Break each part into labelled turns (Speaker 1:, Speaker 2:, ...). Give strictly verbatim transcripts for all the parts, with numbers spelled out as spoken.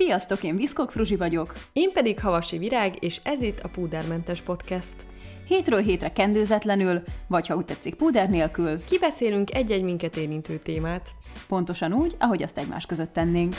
Speaker 1: Sziasztok, én Viszkok Fruzsi vagyok.
Speaker 2: Én pedig Havasi Virág, és ez itt a Púdermentes Podcast.
Speaker 1: Hétről hétre kendőzetlenül, vagy ha úgy tetszik, púder nélkül
Speaker 2: kibeszélünk egy-egy minket érintő témát.
Speaker 1: Pontosan úgy, ahogy azt egymás között tennénk.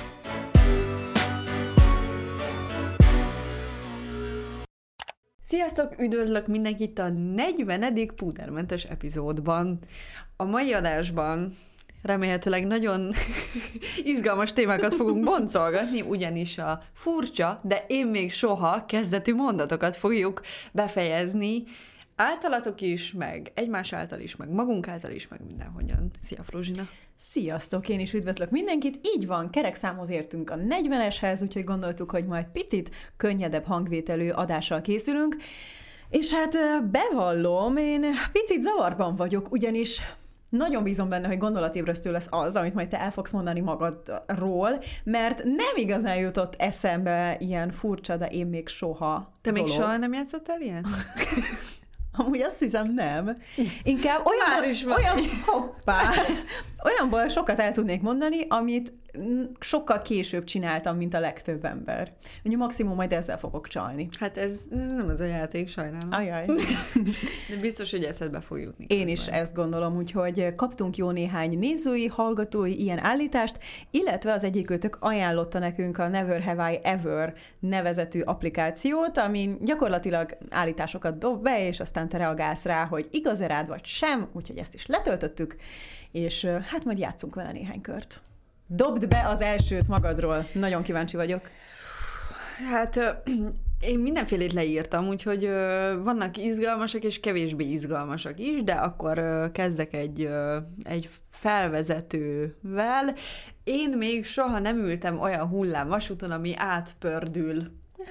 Speaker 2: Sziasztok, üdvözlök mindenkit a negyvenedik Púdermentes epizódban. A mai adásban remélhetőleg nagyon izgalmas témákat fogunk boncolgatni, ugyanis a furcsa, de én még soha kezdetű mondatokat fogjuk befejezni. Általatok is, meg egymás által is, meg magunk által is, meg mindenhogyan. Szia, Fruzsina!
Speaker 1: Sziasztok, én is üdvözlök mindenkit. Így van, kerek számhoz értünk a negyveneshez, úgyhogy gondoltuk, hogy majd picit könnyedebb hangvételű adással készülünk. És hát bevallom, én picit zavarban vagyok, ugyanis nagyon bízom benne, hogy gondolatébresztő lesz az, amit majd te el fogsz mondani magadról, mert nem igazán jutott eszembe ilyen furcsa, de én még soha
Speaker 2: Te
Speaker 1: dolog.
Speaker 2: még soha nem játszottál ilyen?
Speaker 1: Amúgy azt hiszem nem. Inkább olyan,
Speaker 2: Már is van.
Speaker 1: olyan hoppá, olyanból sokat el tudnék mondani, amit sokkal később csináltam, mint a legtöbb ember. Ugye maximum majd ezzel fogok csalni.
Speaker 2: Hát ez nem az a játék, sajnálom.
Speaker 1: Ajaj.
Speaker 2: De biztos, hogy eszedbe fog jutni.
Speaker 1: Én is ezt gondolom, úgyhogy kaptunk jó néhány nézői, hallgatói ilyen állítást, illetve az egyikőtök ajánlotta nekünk a Never Have I Ever nevezetű applikációt, amin gyakorlatilag állításokat dob be, és aztán te reagálsz rá, hogy igaz-e rád vagy sem, úgyhogy ezt is letöltöttük, és hát majd játszunk vele néhány kört. Dobd be az elsőt magadról. Nagyon kíváncsi vagyok.
Speaker 2: Hát én mindenfélét leírtam, úgyhogy vannak izgalmasak és kevésbé izgalmasak is, de akkor kezdek egy, egy felvezetővel. Én még soha nem ültem olyan hullámvasúton, ami átpördül.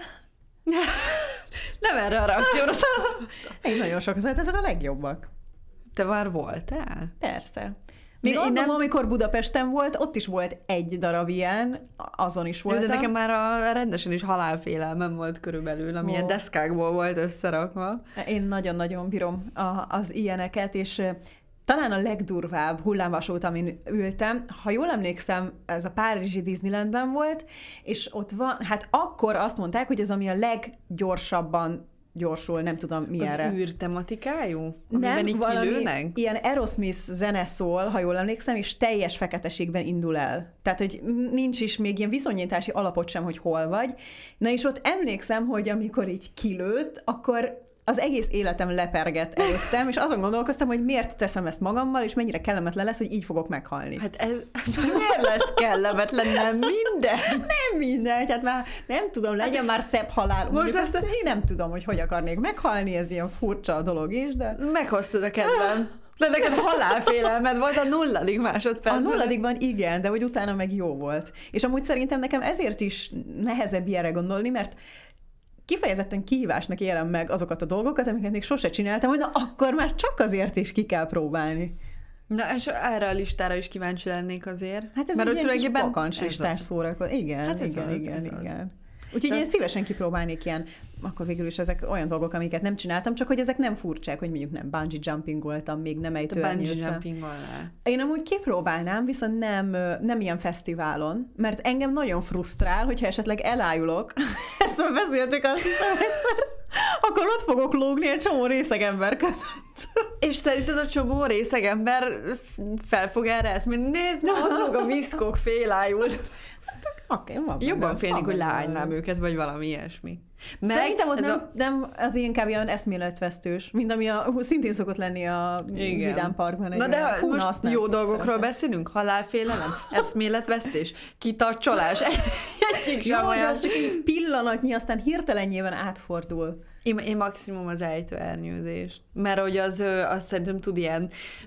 Speaker 2: Nem erre a reakcióra számoltam.
Speaker 1: Én nagyon sokat, hát ezek a legjobbak.
Speaker 2: Te már voltál?
Speaker 1: Persze. Még
Speaker 2: én
Speaker 1: annól,
Speaker 2: nem...
Speaker 1: amikor Budapesten volt, ott is volt egy darab ilyen, azon is voltam.
Speaker 2: De nekem már a rendesen is halálfélelmem volt körülbelül, ami ilyen oh. deszkákból volt összerakva.
Speaker 1: Én nagyon-nagyon bírom a, az ilyeneket, és talán a legdurvább hullámvasút, amin ültem, ha jól emlékszem, ez a párizsi Disneylandben volt, és ott van, hát akkor azt mondták, hogy ez ami a leggyorsabban gyorsul, nem tudom milyenre.
Speaker 2: Az űr tematikájú? Amiben
Speaker 1: nem,
Speaker 2: így kilőnek?
Speaker 1: Ilyen Aerosmith zene szól, ha jól emlékszem, és teljes feketeségben indul el. Tehát, hogy nincs is még ilyen viszonyítási alapot sem, hogy hol vagy. Na és ott emlékszem, hogy amikor így kilőtt, akkor az egész életem lepergett előttem, és azon gondolkoztam, hogy miért teszem ezt magammal, és mennyire kellemetlen lesz, hogy így fogok meghalni.
Speaker 2: Hát ez miért lesz kellemetlen? Nem minden?
Speaker 1: Nem minden, hát már nem tudom, legyen már szebb halál.
Speaker 2: Most
Speaker 1: ezt én nem tudom, hogy hogy akarnék meghalni, ez ilyen furcsa a dolog is, de...
Speaker 2: Meghoztad a kedvem. De neked halálfélelmed volt a nulladik másodpercben.
Speaker 1: A nulladikban igen, de hogy utána meg jó volt. És amúgy szerintem nekem ezért is nehezebb ilyenre gondolni, mert kifejezetten kihívásnak élem meg azokat a dolgokat, amiket még sose csináltam, hogy na akkor már csak azért is ki kell próbálni.
Speaker 2: Na, és erre a listára is kíváncsi lennék azért.
Speaker 1: Hát ez egy ilyen kis bakancslistás szórakozás. Igen,
Speaker 2: hát
Speaker 1: igen,
Speaker 2: az,
Speaker 1: igen, igen.
Speaker 2: Az.
Speaker 1: Úgyhogy
Speaker 2: De...
Speaker 1: én szívesen kipróbálnék ilyen, akkor végül is ezek olyan dolgok, amiket nem csináltam, csak hogy ezek nem furcsák, hogy mondjuk nem bungee jumpingoltam, még nem ejtőernyőztem.
Speaker 2: Bungee jumpingolnál.
Speaker 1: Én amúgy kipróbálnám, viszont nem, nem ilyen fesztiválon, mert engem nagyon frusztrál, hogyha esetleg elájulok, ezt már beszéltük azt hiszem egyszer, akkor ott fogok lógni egy csomó részeg ember között.
Speaker 2: És szerinted a csomó részeg ember fel fog erre ezt, mint nézd, ma azok a Viszkok félájult.
Speaker 1: Okay,
Speaker 2: jobban félnék, hogy leállnám őket, vagy valami ilyesmi.
Speaker 1: Meg szerintem ott nem, a... nem, az inkább ilyen eszméletvesztős, mint ami a, szintén szokott lenni a Vidám Parkban.
Speaker 2: Na de olyan, most jó dolgokról szeretem. Beszélünk? Halálfélelem, eszméletvesztés, kitacsolás. Egyik
Speaker 1: jó, de az csak egy pillanatnyi, aztán hirtelennyében átfordul.
Speaker 2: Én, én maximum az ejtőernyőzés. Mert hogy az, az szerintem tud ilyen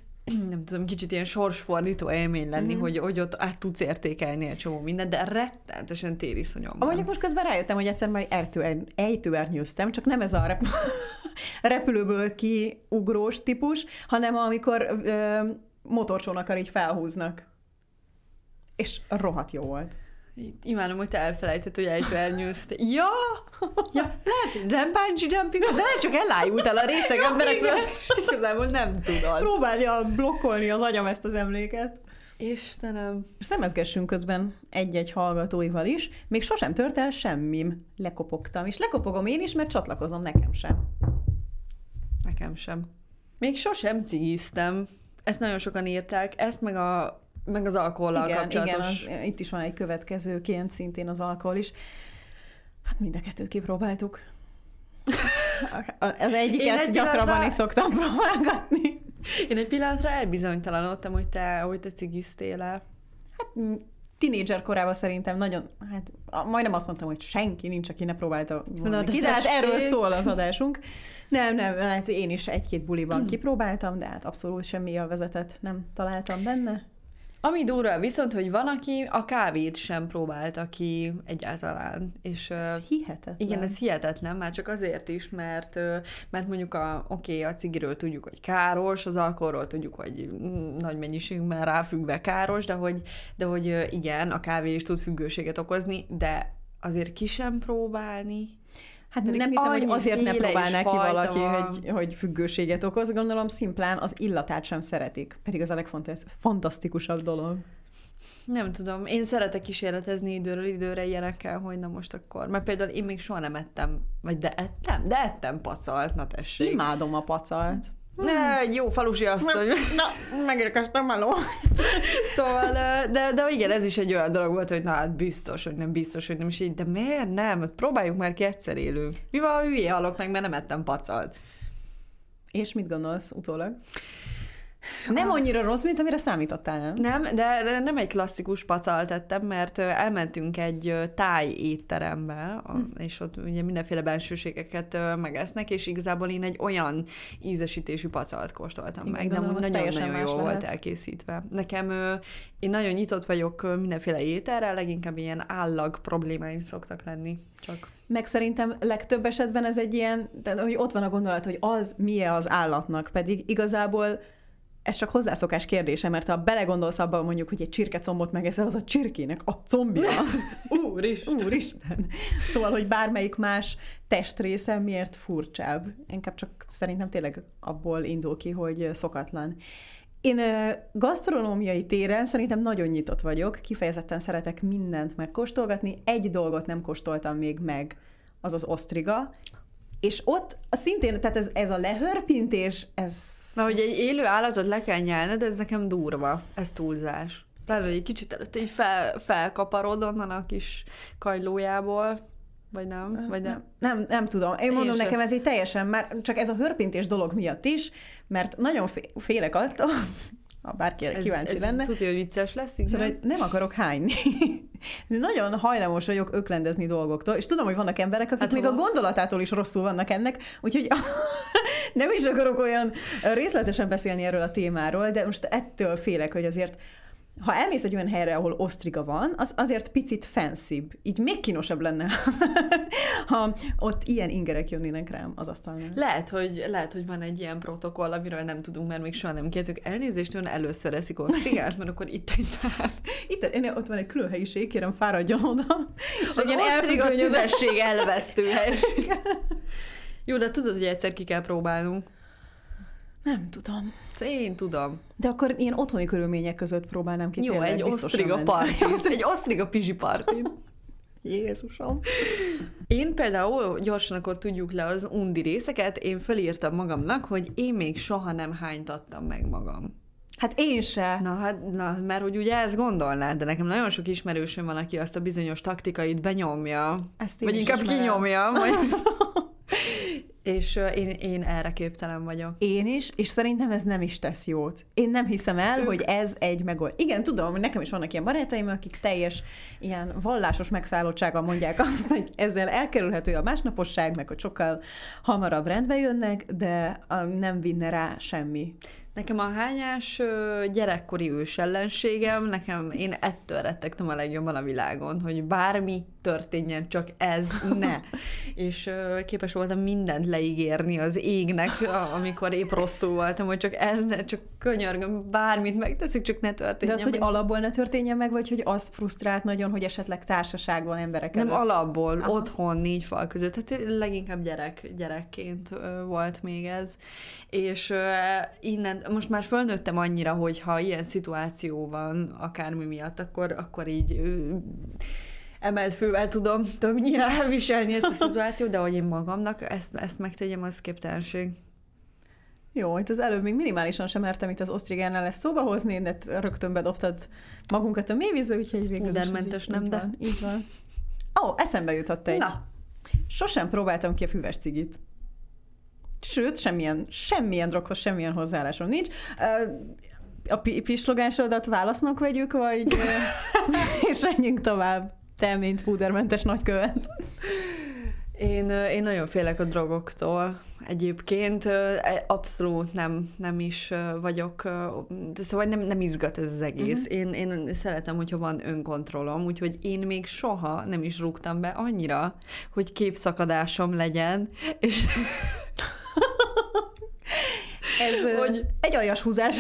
Speaker 2: nem tudom, kicsit ilyen sorsfordító élmény lenni, mm-hmm. hogy, hogy ott át tudsz értékelni egy csomó mindent, de rettenetesen tériszonyom van.
Speaker 1: Mondjuk most közben rájöttem, hogy egyszer már ejtőernyőztem, csak nem ez a rep- repülőből kiugrós típus, hanem amikor ö, motorcsónakkal így felhúznak. És rohadt jó volt.
Speaker 2: Imádom, hogy te elfelejtett, hogy ejtőernyőztél. Ja! ja! Lehet, nem bungee jumping, de lehet csak elájultál a részeg emberek, és igazából nem tudod.
Speaker 1: Próbálja blokkolni az agyam ezt az emléket.
Speaker 2: Istenem.
Speaker 1: Szemezgessünk közben egy-egy hallgatóival is. Még sosem tört el semmim. Lekopogtam, és lekopogom én is, mert csatlakozom nekem sem.
Speaker 2: Nekem sem. Még sosem cigiztem. Ezt nagyon sokan írták. Ezt meg, a, meg az alkohollal
Speaker 1: igen,
Speaker 2: kapcsolatos.
Speaker 1: Igen, az, itt is van egy következőként szintén az alkohol is. Hát mind a kettőt kipróbáltuk. Az egyiket gyakrabban pillanatra... is szoktam próbálgatni.
Speaker 2: Én egy pillanatra elbizonytalanodtam, hogy te, hogy te cigiztél-e.
Speaker 1: Hát tinédzser korában szerintem nagyon, hát majdnem azt mondtam, hogy senki nincs, aki ne próbálta volna ki, de hát erről szól az adásunk. Nem, nem, hát én is egy-két buliban kipróbáltam, de hát abszolút semmi élvezetet nem találtam benne.
Speaker 2: Ami durva viszont, hogy van, aki a kávét sem próbálta ki egyáltalán. És,
Speaker 1: ez hihetetlen.
Speaker 2: Igen, ez hihetetlen, már csak azért is, mert, mert mondjuk a, oké, okay, a cigiről tudjuk, hogy káros, az alkoholról tudjuk, hogy nagy mennyiségben ráfüggve káros, de hogy, de hogy igen, a kávé is tud függőséget okozni, de azért ki sem próbálni.
Speaker 1: Hát nem hiszem, hogy azért ne próbálná ki valaki, hogy, hogy függőséget okoz. Gondolom szimplán az illatát sem szeretik. Pedig ez a legfantasztikusabb dolog.
Speaker 2: Nem tudom. Én szeretek kísérletezni időről időre ilyenekkel, hogy na most akkor. Mert például én még soha nem ettem, vagy de ettem, de ettem pacalt, na tessék.
Speaker 1: Imádom a pacalt.
Speaker 2: Ne, egy jó falusi asszony.
Speaker 1: Na, megérkeztem, meló.
Speaker 2: Szóval, de, de igen, ez is egy olyan dolog volt, hogy na hát biztos, hogy nem biztos, hogy nem is így, de miért nem? Próbáljuk már ki, egyszer élünk. Mi van, a hülye halok meg, mert nem ettem pacalt.
Speaker 1: És mit gondolsz utólag? Nem annyira rossz, mint amire számítottál, nem?
Speaker 2: Nem, de, de nem egy klasszikus pacalt ettem, mert elmentünk egy táj étterembe, hm. és ott ugye mindenféle bensőségeket megesznek, és igazából én egy olyan ízesítésű pacalt kóstoltam meg, de nagyon-nagyon jól volt elkészítve. Nekem, én nagyon nyitott vagyok mindenféle ételre, leginkább ilyen állag problémáim szoktak lenni, csak...
Speaker 1: Meg szerintem legtöbb esetben ez egy ilyen, tehát, hogy ott van a gondolat, hogy az milyen az állatnak, pedig igazából ez csak hozzászokás kérdése, mert ha belegondolsz abba mondjuk, hogy egy csirkecombot megeszel, az a csirkének a combja.
Speaker 2: Úristen!
Speaker 1: Úristen! Szóval, hogy bármelyik más testrésze miért furcsább. Inkább csak szerintem tényleg abból indul ki, hogy szokatlan. Én gasztronómiai téren szerintem nagyon nyitott vagyok, kifejezetten szeretek mindent megkóstolgatni. Egy dolgot nem kóstoltam még meg, az az osztriga. És ott szintén, tehát ez, ez a lehörpintés, ez...
Speaker 2: Na, hogy egy élő állatot le kell nyelned, ez nekem durva, ez túlzás. Lehet, hogy egy kicsit előtte így fel, felkaparod onnan a kis kajlójából, vagy nem? Vagy nem?
Speaker 1: Nem, nem, nem tudom. Én, Én mondom, nekem ez így teljesen, már csak ez a hörpintés dolog miatt is, mert nagyon félek attól, ha bárki erre kíváncsi
Speaker 2: ez
Speaker 1: lenne.
Speaker 2: Tudja, hogy vicces lesz, igen.
Speaker 1: Szóval, hogy nem akarok hányni. Nagyon hajlamos vagyok öklendezni dolgoktól, és tudom, hogy vannak emberek, akik hát, még hova? a gondolatától is rosszul vannak ennek, úgyhogy nem is akarok olyan részletesen beszélni erről a témáról, de most ettől félek, hogy azért ha elmész egy olyan helyre, ahol osztriga van, az azért picit fancybb. Így még kínosabb lenne, ha ott ilyen ingerek jönnének rám az asztalnál.
Speaker 2: Lehet hogy, lehet, hogy van egy ilyen protokoll, amiről nem tudunk, mert még soha nem kértük. Elnézést, ön először eszik osztrigát, mert akkor itt egy tár.
Speaker 1: Itt, ott van egy külön helyiség, kérem, fáradjon oda.
Speaker 2: És az osztriga szüzesség elvesztő helyiség. Jó, de tudod, hogy egyszer ki kell próbálnunk.
Speaker 1: Nem tudom.
Speaker 2: Én tudom.
Speaker 1: De akkor ilyen otthoni körülmények között próbálnám ki.
Speaker 2: Jó,
Speaker 1: tényleg,
Speaker 2: egy osztriga partit. Egy osztriga pizsi partit.
Speaker 1: Jézusom.
Speaker 2: Én például, gyorsan akkor tudjuk le az undi részeket, én felírtam magamnak, hogy én még soha nem hánytattam meg magam.
Speaker 1: Hát én se.
Speaker 2: Na, hát, na, mert hogy ugye ezt gondolnád, de nekem nagyon sok ismerősöm van, aki azt a bizonyos taktikait benyomja. Ezt vagy inkább ismerem. Kinyomja. Vagy... És uh, én, én erre képtelen vagyok.
Speaker 1: Én is, és szerintem ez nem is tesz jót. Én nem hiszem el, ők... hogy ez egy megold. Igen, tudom, hogy nekem is vannak ilyen barátaim, akik teljes ilyen vallásos megszállottsággal mondják azt, hogy ezzel elkerülhető a másnaposság, meg hogy sokkal hamarabb rendbe jönnek, de nem vinne rá semmi.
Speaker 2: Nekem a hányás gyerekkori ősellenségem, nekem én ettől rettegtem a legjobban a világon, hogy bármi történjen, csak ez ne. És képes voltam mindent leígérni az égnek, amikor épp rosszul voltam, hogy csak ez ne, csak könyörgöm, bármit megteszünk, csak ne történjen.
Speaker 1: De az, hogy alapból ne történjen meg, vagy hogy az frusztrált nagyon, hogy esetleg társaságban emberek
Speaker 2: Nem
Speaker 1: előtt?
Speaker 2: alapból, Aha. otthon, négy fal között. Tehát leginkább gyerek, gyerekként volt még ez. És innen most már fölnőttem annyira, hogy ha ilyen szituáció van akármi miatt, akkor, akkor így ő, emelt fővel tudom többnyire elviselni ezt a szituációt, de hogy én magamnak ezt, ezt megtegyem, az képtelenség.
Speaker 1: Jó, itt az előbb még minimálisan sem mertem itt az osztrigánál lesz szóba hozni, de rögtön bedobtad magunkat a mélyvízbe, úgyhogy végül is
Speaker 2: Pudermentes, nem,
Speaker 1: így
Speaker 2: de...
Speaker 1: Van, így van. Ó, oh, eszembe jutott egy.
Speaker 2: Na.
Speaker 1: Sosem próbáltam ki a füves cigit. Sőt, semmilyen, semmilyen droghoz, semmilyen hozzáállásom nincs. A pislogásodat válasznak vegyük, vagy és menjünk tovább. Te, mint púdermentes nagykövet.
Speaker 2: Én, én nagyon félek a drogoktól egyébként. Abszolút nem, nem is vagyok, szóval nem, nem izgat ez az egész. Uh-huh. Én, én szeretem, hogyha van önkontrollom, úgyhogy én még soha nem is rúgtam be annyira, hogy képszakadásom legyen, és...
Speaker 1: Ez hogy... egy aljas húzás.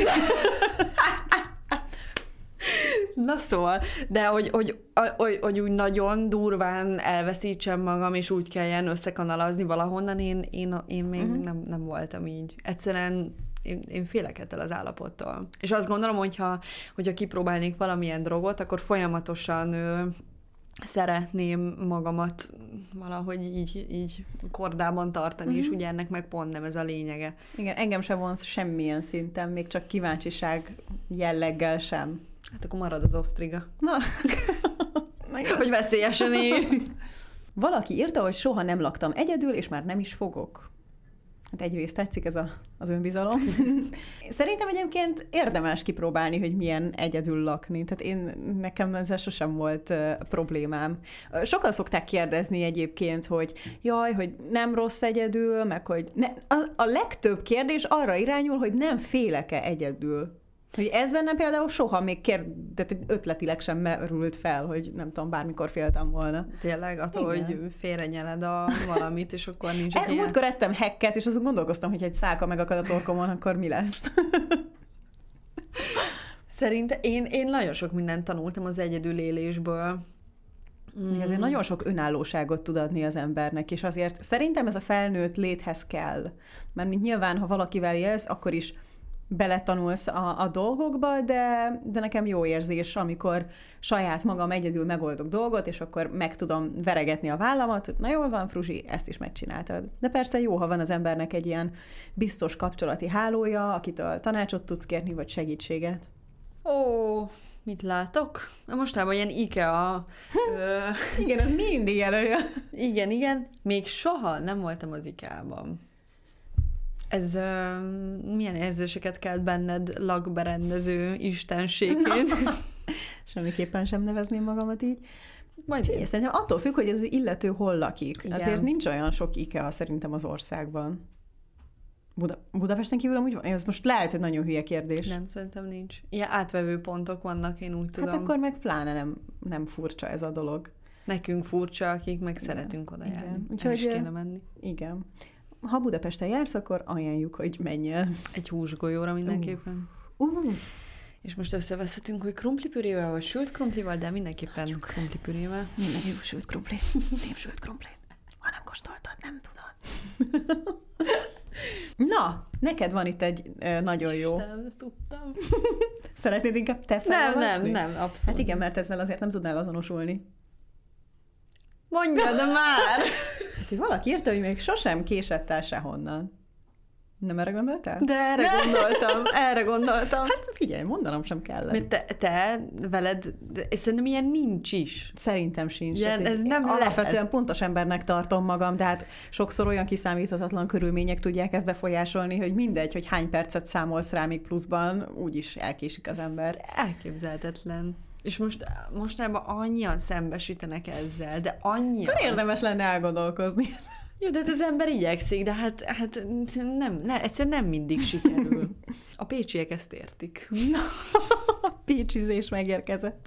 Speaker 2: Na szóval, de hogy, hogy, hogy, hogy úgy nagyon durván elveszítsem magam, és úgy kelljen összekanalazni valahonnan, én, én, én még uh-huh. nem, nem voltam így. Egyszerűen én, én félek ettől az állapottól. És azt gondolom, hogyha, hogyha kipróbálnék valamilyen drogot, akkor folyamatosan ö, szeretném magamat valahogy így, így kordában tartani, uh-huh. és ugye ennek meg pont nem ez a lényege.
Speaker 1: Igen, engem sem vonz semmilyen szinten, még csak kíváncsiság jelleggel sem.
Speaker 2: Hát akkor marad az osztriga.
Speaker 1: Na.
Speaker 2: Hogy veszélyesen él.
Speaker 1: Valaki írta, hogy soha nem laktam egyedül, és már nem is fogok. Hát egyrészt tetszik ez a, az önbizalom. Szerintem egyébként érdemes kipróbálni, hogy milyen egyedül lakni. Tehát én, nekem ezzel sosem volt uh, problémám. Sokan szokták kérdezni egyébként, hogy jaj, hogy nem rossz egyedül, meg hogy ne, a, a legtöbb kérdés arra irányul, hogy nem félek-e egyedül. Hogy ez benne például soha még kérd, de ötletileg sem merült fel, hogy nem tudom, bármikor féltem volna.
Speaker 2: Tényleg, attól, igen. hogy félrenyeled a valamit, és akkor nincs
Speaker 1: e, múltkor ettem hekket, és azon gondolkoztam, hogy egy szálka megakad a torkomon, akkor mi lesz?
Speaker 2: Szerintem én, én nagyon sok mindent tanultam az egyedülélésből.
Speaker 1: Mm. Ezért nagyon sok önállóságot tud adni az embernek, és azért szerintem ez a felnőtt léthez kell. Mert mint nyilván, ha valakivel élsz, akkor is beletanulsz a, a dolgokba, de, de nekem jó érzés, amikor saját magam egyedül megoldok dolgot, és akkor meg tudom veregetni a vállamat, na jól van, Fruzsi, ezt is megcsináltad. De persze jó, ha van az embernek egy ilyen biztos kapcsolati hálója, akitől tanácsot tudsz kérni, vagy segítséget.
Speaker 2: Ó, mit látok? Mostában ilyen IKEA...
Speaker 1: Igen, ez mindig előjön.
Speaker 2: Igen, igen. Még soha nem voltam az IKEA-ban. Ez uh, milyen érzéseket kelt benned lakberendező istenségként?
Speaker 1: Semmiképpen sem nevezném magamat így.
Speaker 2: Majd
Speaker 1: én. Szerintem attól függ, hogy az illető hol lakik. Igen. Azért nincs olyan sok IKEA szerintem az országban. Buda- Budapesten kívül amúgy van? Ez most lehet, hogy nagyon hülye kérdés.
Speaker 2: Nem, szerintem nincs. Ilyen átvevő pontok vannak, én úgy tudom.
Speaker 1: Hát akkor meg pláne nem, nem furcsa ez a dolog.
Speaker 2: Nekünk furcsa, akik meg igen. szeretünk oda
Speaker 1: igen.
Speaker 2: járni.
Speaker 1: Úgyhogy
Speaker 2: el is kéne menni.
Speaker 1: Igen. Ha Budapesten jársz, akkor ajánljuk, hogy menj el.
Speaker 2: Egy húsgolyóra mindenképpen.
Speaker 1: Uh. Uh.
Speaker 2: És most összeveszhetünk, hogy krumplipürével, vagy sült krumplival, de mindenképpen Mondjuk. krumplipürével.
Speaker 1: Mindenképp sült krumpli. Nem sült krumpli. Ha nem kóstoltad, nem tudod. Na, neked van itt egy uh, nagyon jó.
Speaker 2: Istenem, ezt tudtam.
Speaker 1: Szeretnéd inkább te felolvasni?
Speaker 2: Nem, nem, nem, abszolút.
Speaker 1: Hát igen, mert ezzel azért nem tudnál azonosulni.
Speaker 2: Mondjad már!
Speaker 1: Hát, hogy valaki írta, hogy még sosem késett el sehonnan. Nem erre gondoltál?
Speaker 2: De erre ne. gondoltam, erre gondoltam.
Speaker 1: Hát figyelj, mondanom sem kellett.
Speaker 2: Mert te, te veled, szerintem ilyen nincs is.
Speaker 1: Szerintem sincs.
Speaker 2: Ilyen,
Speaker 1: hát
Speaker 2: ez nem
Speaker 1: alapvetően
Speaker 2: lehet.
Speaker 1: pontos embernek tartom magam, de hát sokszor olyan kiszámíthatatlan körülmények tudják ezt befolyásolni, hogy mindegy, hogy hány percet számolsz rá még pluszban, úgyis elkésik az ember.
Speaker 2: Ez elképzelhetetlen. És most mostanában annyian szembesítenek ezzel, de annyian.
Speaker 1: Akkor érdemes lenne elgondolkozni.
Speaker 2: Jó, de hát az ember igyekszik, de hát, hát nem, ne, egyszerűen nem mindig sikerül. A pécsiek ezt értik.
Speaker 1: Na, a pécsizés megérkezett.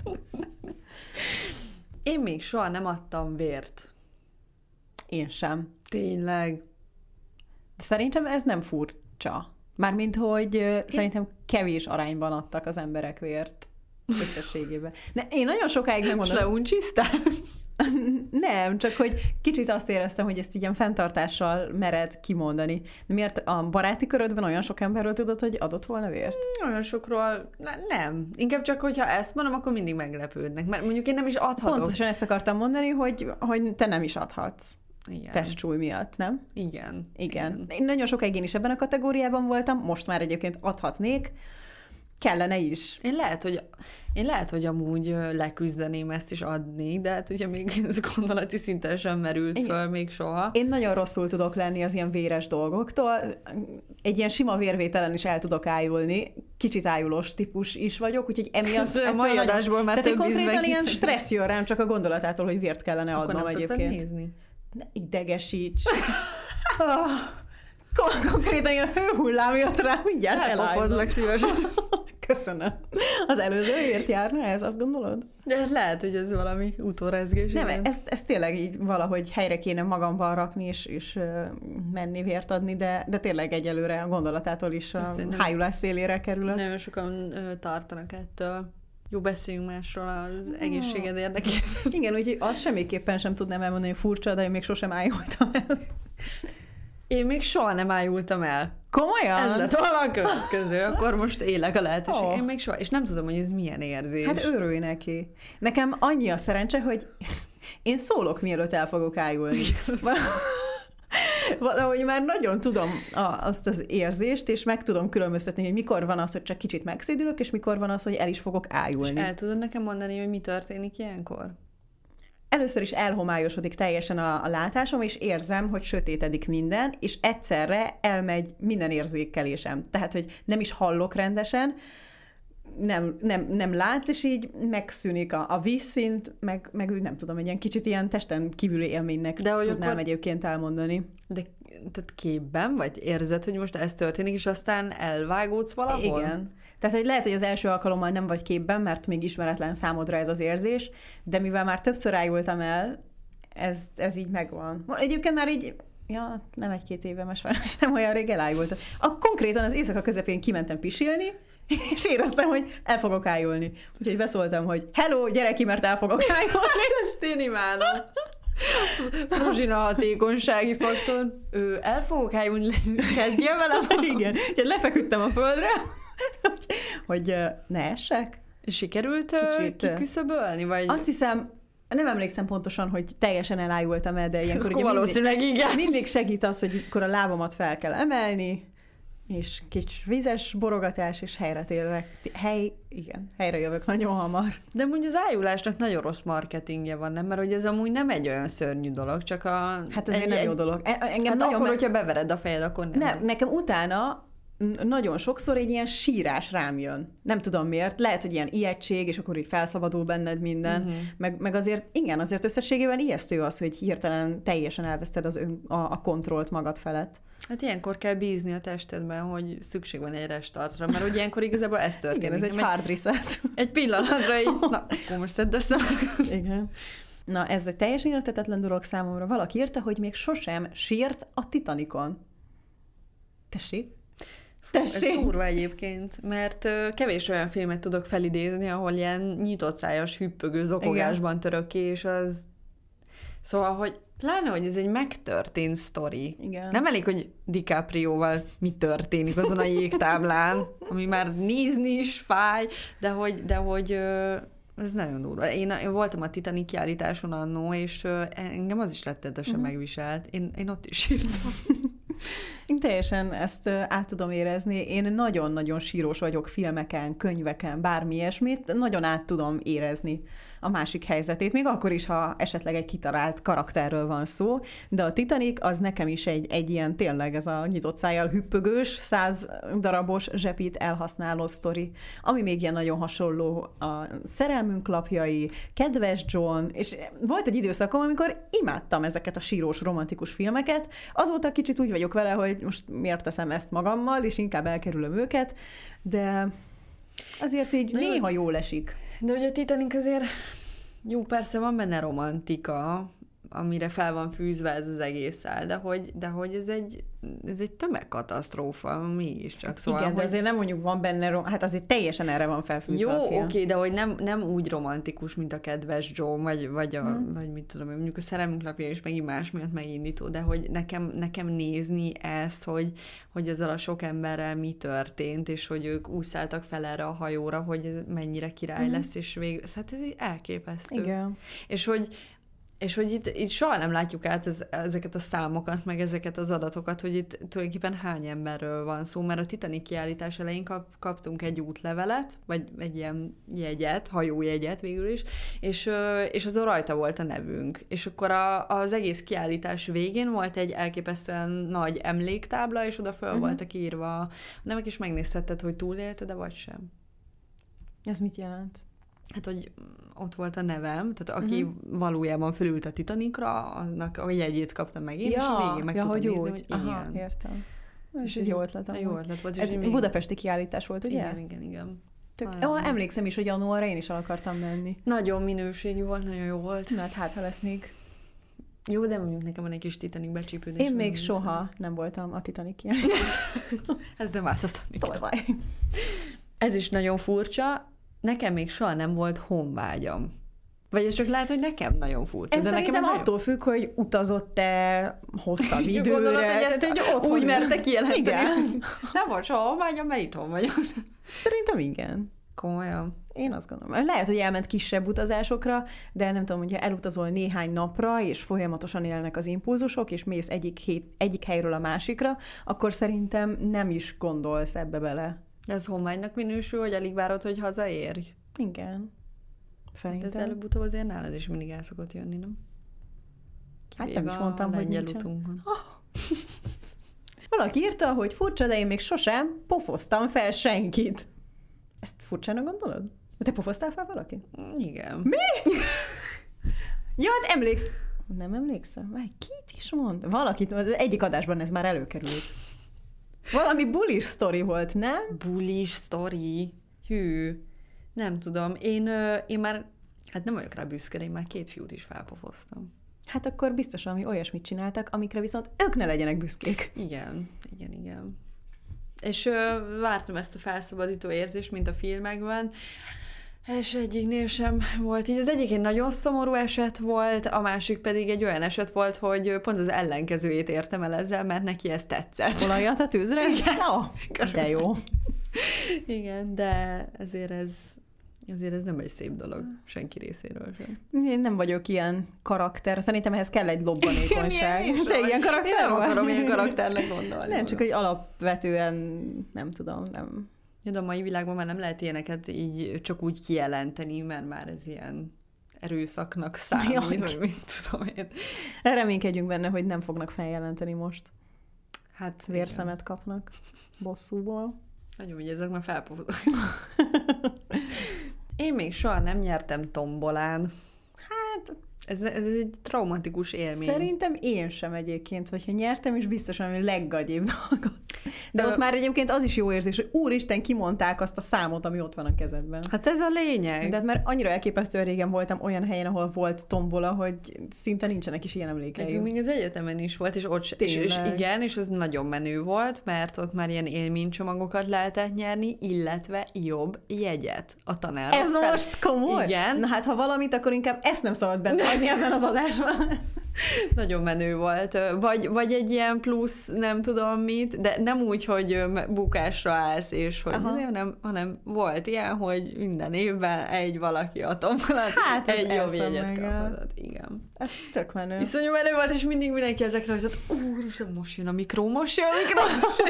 Speaker 2: Én még soha nem adtam vért.
Speaker 1: Én sem.
Speaker 2: Tényleg.
Speaker 1: Szerintem ez nem furcsa. Mármint, hogy én... szerintem kevés arányban adtak az emberek vért. Összességében. Ne, én nagyon sokáig megmondom.
Speaker 2: És leuncsisztál?
Speaker 1: Nem, csak hogy kicsit azt éreztem, hogy ezt ilyen fenntartással mered kimondani. De miért a baráti körödben olyan sok emberről tudod, hogy adott volna vért?
Speaker 2: Olyan sokról ne- nem. Inkább csak, hogyha ezt mondom, akkor mindig meglepődnek. Mert mondjuk én nem is adhatok.
Speaker 1: Pontosan ezt akartam mondani, hogy, hogy te nem is adhatsz.
Speaker 2: Igen.
Speaker 1: Testsúly miatt, nem?
Speaker 2: Igen.
Speaker 1: Igen.
Speaker 2: Igen.
Speaker 1: Én nagyon sokáig én is ebben a kategóriában voltam, most már egyébként adhatnék, kellene is.
Speaker 2: Én lehet, hogy, én lehet, hogy amúgy ö, leküzdeném ezt is adni, de hát ugye még ez gondolati szinten sem merült
Speaker 1: Igen.
Speaker 2: föl még soha.
Speaker 1: Én nagyon rosszul tudok lenni az ilyen véres dolgoktól. Egy ilyen sima vérvételen is el tudok ájulni. Kicsit ájulós típus is vagyok, úgyhogy emiatt...
Speaker 2: Ez a mai
Speaker 1: nagyon-
Speaker 2: adásból már
Speaker 1: Tehát
Speaker 2: több
Speaker 1: én konkrétan
Speaker 2: ízben
Speaker 1: ilyen
Speaker 2: ki-
Speaker 1: stressz jön rám csak a gondolatától, hogy vért kellene
Speaker 2: Akkor
Speaker 1: adnom
Speaker 2: nem szoktad
Speaker 1: egyébként.
Speaker 2: nézni?
Speaker 1: Ne idegesíts! Ah, kon- konkrétan ilyen hőhullám jött rám, mindjárt elájulok.
Speaker 2: Elpofozlak szívesen.
Speaker 1: Köszönöm. Az előzőért járna ez, azt gondolod?
Speaker 2: De ez lehet, hogy ez valami utórezgés.
Speaker 1: Nem,
Speaker 2: igen.
Speaker 1: ezt, ezt tényleg így valahogy helyre kéne magamban rakni, és, és uh, menni vért adni, de, de tényleg egyelőre a gondolatától is a
Speaker 2: Szerintem-
Speaker 1: hájulás szélére kerülök.
Speaker 2: Nagyon sokan ö, tartanak ettől. Jó, beszéljünk másról az egészséged érdekében.
Speaker 1: Igen, úgyhogy azt semmiképpen sem tudnám elmondani, hogy furcsa, de én még sosem ájultam el.
Speaker 2: Én még soha nem ájultam el.
Speaker 1: Komolyan?
Speaker 2: Ez lett volna a következő, akkor most élek a lehetőség.
Speaker 1: Ó.
Speaker 2: Én még soha, és nem tudom, hogy ez milyen érzés.
Speaker 1: Hát örülj neki. Nekem annyi a szerencse, hogy én szólok, mielőtt el fogok ájulni. Valahogy már nagyon tudom a, azt az érzést, és meg tudom különböztetni, hogy mikor van az, hogy csak kicsit megszédülök, és mikor van az, hogy el is fogok ájulni.
Speaker 2: El tudod nekem mondani, hogy mi történik ilyenkor?
Speaker 1: Először is elhomályosodik teljesen a, a látásom, és érzem, hogy sötétedik minden, és egyszerre elmegy minden érzékelésem. Tehát, hogy nem is hallok rendesen, nem, nem, nem látsz, és így megszűnik a, a vízszint, meg, meg úgy nem tudom, egy ilyen kicsit ilyen testen kívüli élménynek
Speaker 2: De hogy
Speaker 1: tudnám
Speaker 2: akkor-
Speaker 1: egyébként elmondani.
Speaker 2: De tehát képben, vagy érzed, hogy most ez történik, és aztán elvágódsz valahol?
Speaker 1: Igen. Tehát, hogy lehet, hogy az első alkalommal nem vagy képben, mert még ismeretlen számodra ez az érzés, de mivel már többször ájultam el, ez, ez így megvan. Egyébként már így, ja, nem egy-két éve, mert sajnos nem olyan rég elájultam. A, konkrétan az éjszaka közepén kimentem pisilni, és éreztem, hogy el fogok ájulni. Úgyhogy beszóltam, hogy hello, gyere ki, mert el fogok ájulni.
Speaker 2: Ezt én imádom. Fruzsina hatékonysági faktor. Ő, el fogok ájulni, kezdjél velem.
Speaker 1: Igen, úgyhogy lefeküdtem a földre, hogy, hogy ö, ne essek.
Speaker 2: Sikerült
Speaker 1: Kicsit,
Speaker 2: kiküszöbölni? Vagy...
Speaker 1: Azt hiszem, nem emlékszem pontosan, hogy teljesen elájultam el, de ilyenkor ugye mindig,
Speaker 2: valószínűleg igen.
Speaker 1: mindig segít az, hogy akkor a lábamat fel kell emelni, és kicsi vizes borogatás, és helyre térek. Hely, igen, helyre jövök nagyon hamar.
Speaker 2: De amúgy az ájulásnak nagyon rossz marketingje van, nem? Mert hogy ez amúgy nem egy olyan szörnyű dolog, csak a...
Speaker 1: Hát ez egy,
Speaker 2: egy,
Speaker 1: nem
Speaker 2: egy...
Speaker 1: jó dolog. E- Engem
Speaker 2: Hát
Speaker 1: nagyon
Speaker 2: akkor,
Speaker 1: meg...
Speaker 2: hogyha bevered a fejed, akkor nem.
Speaker 1: Nem, nekem utána n- nagyon sokszor egy ilyen sírás rám jön. Nem tudom miért. Lehet, hogy ilyen ijegység, és akkor így felszabadul benned minden.
Speaker 2: Mhm.
Speaker 1: Meg, meg azért, igen, azért összességében ijesztő az, hogy hirtelen teljesen elveszted az ön, a, a kontrollt magad felett.
Speaker 2: Hát ilyenkor kell bízni a testedben, hogy szükség van egy restartra, mert ugye ilyenkor igazából ez történik.
Speaker 1: Igen, ez egy
Speaker 2: nem
Speaker 1: hard reset.
Speaker 2: Egy pillanatra így, na, akkor most szedd össze.
Speaker 1: Igen. Na, ez egy teljesen érthetetlen dolog számomra. Valaki írta, hogy még sosem sírt a Titanicon. Tessék?
Speaker 2: Ez
Speaker 1: Tessék?
Speaker 2: durva egyébként, mert ö, kevés olyan filmet tudok felidézni, ahol ilyen nyitott szájas, hüppögő zokogásban török ki, és az... Szóval, hogy pláne, hogy ez egy megtörtént sztori.
Speaker 1: Igen.
Speaker 2: Nem elég, hogy DiCaprioval mi történik azon a jégtáblán, ami már nézni is fáj, de hogy, de hogy ö, ez nagyon durva. Én, én voltam a Titanic kiállításon annó, és ö, engem az is rettenetesen
Speaker 1: Mhm.
Speaker 2: megviselt. Én, én ott is írtam.
Speaker 1: Én teljesen ezt ö, át tudom érezni. Én nagyon-nagyon sírós vagyok filmeken, könyveken, bármi ilyesmit. Nagyon át tudom érezni a másik helyzetét, még akkor is, ha esetleg egy kitalált karakterről van szó, de a Titanic az nekem is egy, egy ilyen tényleg ez a nyitott szájjal hüppögős, száz darabos zsepit elhasználó sztori, ami még ilyen nagyon hasonló a szerelmünk lapjai, kedves John, és volt egy időszakom, amikor imádtam ezeket a sírós romantikus filmeket, azóta kicsit úgy vagyok vele, hogy most miért teszem ezt magammal, és inkább elkerülöm őket, de azért így
Speaker 2: Na jó.
Speaker 1: néha jól esik.
Speaker 2: De ugye a Titanic azért, jó, persze van benne romantika, amire fel van fűzve ez az egésszel, de hogy, de hogy ez egy, ez egy tömegkatasztrófa, mégiscsak.
Speaker 1: Hát
Speaker 2: szóval,
Speaker 1: igen, de
Speaker 2: hogy...
Speaker 1: azért nem mondjuk van benne, rom- hát azért teljesen erre van felfűzve
Speaker 2: Jó,
Speaker 1: a film.
Speaker 2: oké, de hogy nem, nem úgy romantikus, mint a Kedves Joe, vagy, vagy, a,
Speaker 1: Hmm.
Speaker 2: vagy mit tudom én, mondjuk a Szerelmünk lapja is megint más miatt megindító, de hogy nekem, nekem nézni ezt, hogy, hogy ezzel a sok emberrel mi történt, és hogy ők úgy szálltak fel erre a hajóra, hogy ez mennyire király
Speaker 1: Hmm.
Speaker 2: lesz, és végül, hát ez így elképesztő.
Speaker 1: Igen.
Speaker 2: És hogy És hogy itt, itt soha nem látjuk át ez, ezeket a számokat, meg ezeket az adatokat, hogy itt tulajdonképpen hány emberről van szó, mert a Titanic kiállítás elején kap, kaptunk egy útlevelet, vagy egy ilyen jegyet, hajójegyet végül is, és, és azon rajta volt a nevünk. És akkor a, az egész kiállítás végén volt egy elképesztően nagy emléktábla, és oda föl uh-huh. voltak írva a nevek, és megnézhetted, hogy túlélte, de vagy sem.
Speaker 1: Ez mit jelent?
Speaker 2: Hát, hogy ott volt a nevem, tehát aki uh-huh. valójában fölült a Titanicra, annak a jegyét kaptam meg én,
Speaker 1: ja,
Speaker 2: és a végén meg
Speaker 1: ja,
Speaker 2: tudtam
Speaker 1: hogy
Speaker 2: nézni,
Speaker 1: úgy.
Speaker 2: hogy
Speaker 1: Aha,
Speaker 2: igen.
Speaker 1: értem. Ez
Speaker 2: És
Speaker 1: egy jó ötlet.
Speaker 2: Jó ötlet volt.
Speaker 1: Ez
Speaker 2: még...
Speaker 1: budapesti kiállítás volt, ugye?
Speaker 2: Igen, igen, igen.
Speaker 1: Tök... Ó, emlékszem is, hogy annó arra én is el akartam menni.
Speaker 2: Nagyon minőségű volt, nagyon jó volt.
Speaker 1: Na, hát ha lesz még.
Speaker 2: Jó, de mondjuk nekem van egy kis Titanic becsípődés.
Speaker 1: Én még soha nem voltam a Titanic kiállítás.
Speaker 2: Ezzel változtatni kell.
Speaker 1: Tolvaj.
Speaker 2: Ez is nagyon furcsa. Nekem még soha nem volt honvágyam. Vagy ez csak lehet, hogy nekem nagyon furcsa.
Speaker 1: Ez
Speaker 2: de
Speaker 1: szerintem
Speaker 2: nekem ez
Speaker 1: attól függ, hogy utazott-e hosszabb időre.
Speaker 2: Gondolod, hogy ezt
Speaker 1: egy
Speaker 2: úgy merte kijelenteni.
Speaker 1: Igen.
Speaker 2: Nem volt soha honvágyam, mert itthon vagyok.
Speaker 1: Szerintem igen.
Speaker 2: Komolyan.
Speaker 1: Én azt gondolom. Lehet, hogy elment kisebb utazásokra, de nem tudom, hogyha elutazol néhány napra, és folyamatosan élnek az impulzusok, és mész egyik, hét, egyik helyről a másikra, akkor szerintem nem is gondolsz ebbe bele.
Speaker 2: De ez honvágynak minősül, hogy alig várod, hogy hazaérj?
Speaker 1: Igen. Szerintem.
Speaker 2: Hát ez előbb-utóbb azért nálad is mindig el szokott jönni, nem?
Speaker 1: Hát nem is mondtam, hogy nincsen.
Speaker 2: utunkon.
Speaker 1: Valaki írta, hogy furcsa, de én még sosem pofoztam fel senkit. Ezt furcsának gondolod? Te pofoztál fel valakit?
Speaker 2: Igen.
Speaker 1: Mi? Ja, hát emléksz... Nem emlékszem? Már kit is mond? Valakit, az egyik adásban ez már előkerült. Valami bulis sztori volt, nem?
Speaker 2: Bulis sztori? Hű. Nem tudom. Én, én már, hát nem vagyok rá büszke, én már két fiút is felpofoztam.
Speaker 1: Hát akkor biztos valami olyasmit csináltak, amikre viszont ők ne legyenek büszkék.
Speaker 2: Igen, igen, igen. És ö, vártam ezt a felszabadító érzést, mint a filmekben, és egyiknél sem volt így. Az egyik egy nagyon szomorú eset volt, a másik pedig egy olyan eset volt, hogy pont az ellenkezőjét értem el ezzel, mert neki ez tetszett.
Speaker 1: Olajat a tűzre?
Speaker 2: Igen.
Speaker 1: No, de jó.
Speaker 2: Igen, de ezért ez, ezért ez nem egy szép dolog senki részéről sem.
Speaker 1: Én nem vagyok ilyen karakter. Szerintem ehhez kell egy lobbanékonyság. Te ilyen karakter
Speaker 2: Én nem
Speaker 1: vagy?
Speaker 2: akarom ilyen karakternek gondolni.
Speaker 1: Nem, csak hogy alapvetően nem tudom, nem.
Speaker 2: De a mai világban már nem lehet ilyeneket így csak úgy kijelenteni, mert már ez ilyen erőszaknak számít,
Speaker 1: Ja.
Speaker 2: vagy mit tudom én.
Speaker 1: Reménykedjünk benne, hogy nem fognak feljelenteni most.
Speaker 2: Hát
Speaker 1: Vérszemet kapnak bosszúból.
Speaker 2: nagyon vigyázzak, már felpofozok. Én még soha nem nyertem tombolán.
Speaker 1: Hát,
Speaker 2: Ez, ez egy traumatikus élmény.
Speaker 1: szerintem én sem egyébként, vagy ha nyertem is, biztosan a leggagyibb dolgot. De
Speaker 2: Ö...
Speaker 1: ott már egyébként az is jó érzés, hogy úristen, kimondták azt a számot, ami ott van a kezedben.
Speaker 2: Hát ez a lényeg.
Speaker 1: De hát már annyira elképesztően régen voltam olyan helyen, ahol volt tombola, hogy szinte nincsenek is ilyen emlékeim.
Speaker 2: Nekünk még az egyetemen is volt, és ott se, és, és igen, és ez nagyon menő volt, mert ott már ilyen élménycsomagokat lehetett nyerni, illetve jobb jegyet a tanár.
Speaker 1: Ez
Speaker 2: fel...
Speaker 1: most komoly?
Speaker 2: Igen.
Speaker 1: Na hát, ha valamit, akkor inkább ezt nem szabad benne hagyni ebben az adásban.
Speaker 2: Nagyon menő volt. Vagy, vagy egy ilyen plusz, nem tudom mit, de nem úgy, hogy bukásra állsz, és hogy azért, hanem, hanem volt ilyen, hogy minden évben egy valaki a tombolát,
Speaker 1: hát
Speaker 2: egy jobb
Speaker 1: eszem
Speaker 2: jegyet
Speaker 1: meg
Speaker 2: kaphatott. Igen.
Speaker 1: Ez tök menő.
Speaker 2: Iszonyú menő volt, és mindig mindenki ezekre hozott, úristen, most jön a mikró, most jön a mikró.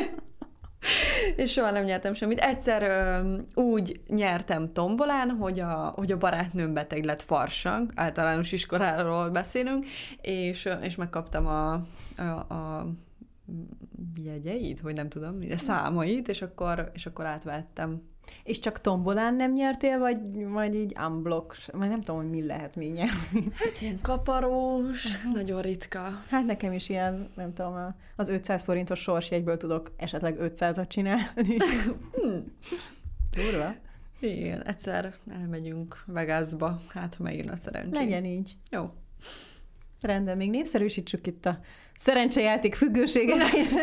Speaker 2: És soha nem nyertem semmit. Egyszer ö, úgy nyertem tombolán, hogy a, hogy a barátnőm beteg lett farsang, általános iskoláról beszélünk, és, és megkaptam a, a, a jegyeit, vagy nem tudom, a számait, és akkor, és akkor átvettem.
Speaker 1: És csak tombolán nem nyertél, vagy, vagy így unblock, vagy nem tudom, hogy mi lehet még nyerni.
Speaker 2: Hát ilyen kaparós, nagyon ritka.
Speaker 1: Hát nekem is ilyen, nem tudom, az ötszáz forintos sorsjegyből tudok esetleg ötszázat csinálni. Durva.
Speaker 2: Igen, egyszer elmegyünk Vegasba, hát ha megjön a szerencsém.
Speaker 1: Legyen így.
Speaker 2: Jó.
Speaker 1: Rendben, még népszerűsítsük itt a szerencsejáték függőséget.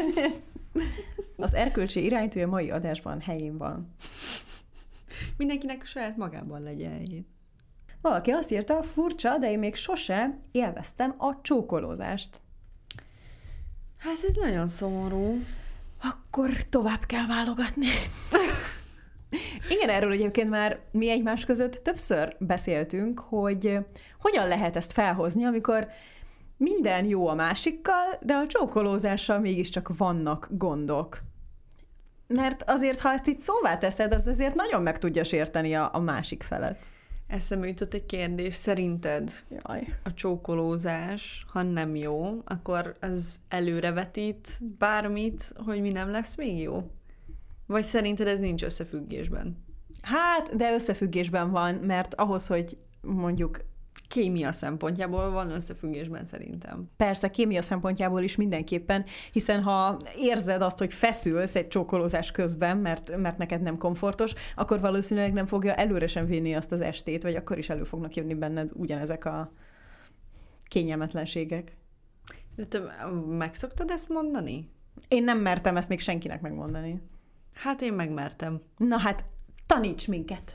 Speaker 1: Az erkölcsi iránytű a mai adásban helyén van.
Speaker 2: Mindenkinek a saját magában legyen helyén.
Speaker 1: Valaki azt írta, furcsa, de én még sose élveztem a csókolózást.
Speaker 2: Hát ez nagyon szomorú.
Speaker 1: Akkor tovább kell válogatni. Igen, erről egyébként már mi egymás között többször beszéltünk, hogy hogyan lehet ezt felhozni, amikor minden jó a másikkal, de a csókolózással mégiscsak vannak gondok. Mert azért, ha ezt itt szóvá teszed, az azért nagyon meg tudja sérteni a, a másik felet.
Speaker 2: Eszembe jutott egy kérdés. Szerinted
Speaker 1: Jaj.
Speaker 2: a csókolózás, ha nem jó, akkor az előrevetít bármit, hogy mi nem lesz még jó? Vagy szerinted ez nincs összefüggésben?
Speaker 1: Hát, de összefüggésben van, mert ahhoz, hogy mondjuk
Speaker 2: Kémia szempontjából van összefüggésben szerintem.
Speaker 1: persze kémia szempontjából is mindenképpen, hiszen ha érzed azt, hogy feszülsz egy csókolózás közben, mert, mert neked nem komfortos, akkor valószínűleg nem fogja előre sem vinni azt az estét, vagy akkor is elő fognak jönni benned ugyanezek a kényelmetlenségek.
Speaker 2: De te meg szoktad ezt mondani?
Speaker 1: Én nem mertem ezt még senkinek megmondani.
Speaker 2: Hát én megmertem.
Speaker 1: Na hát, taníts minket!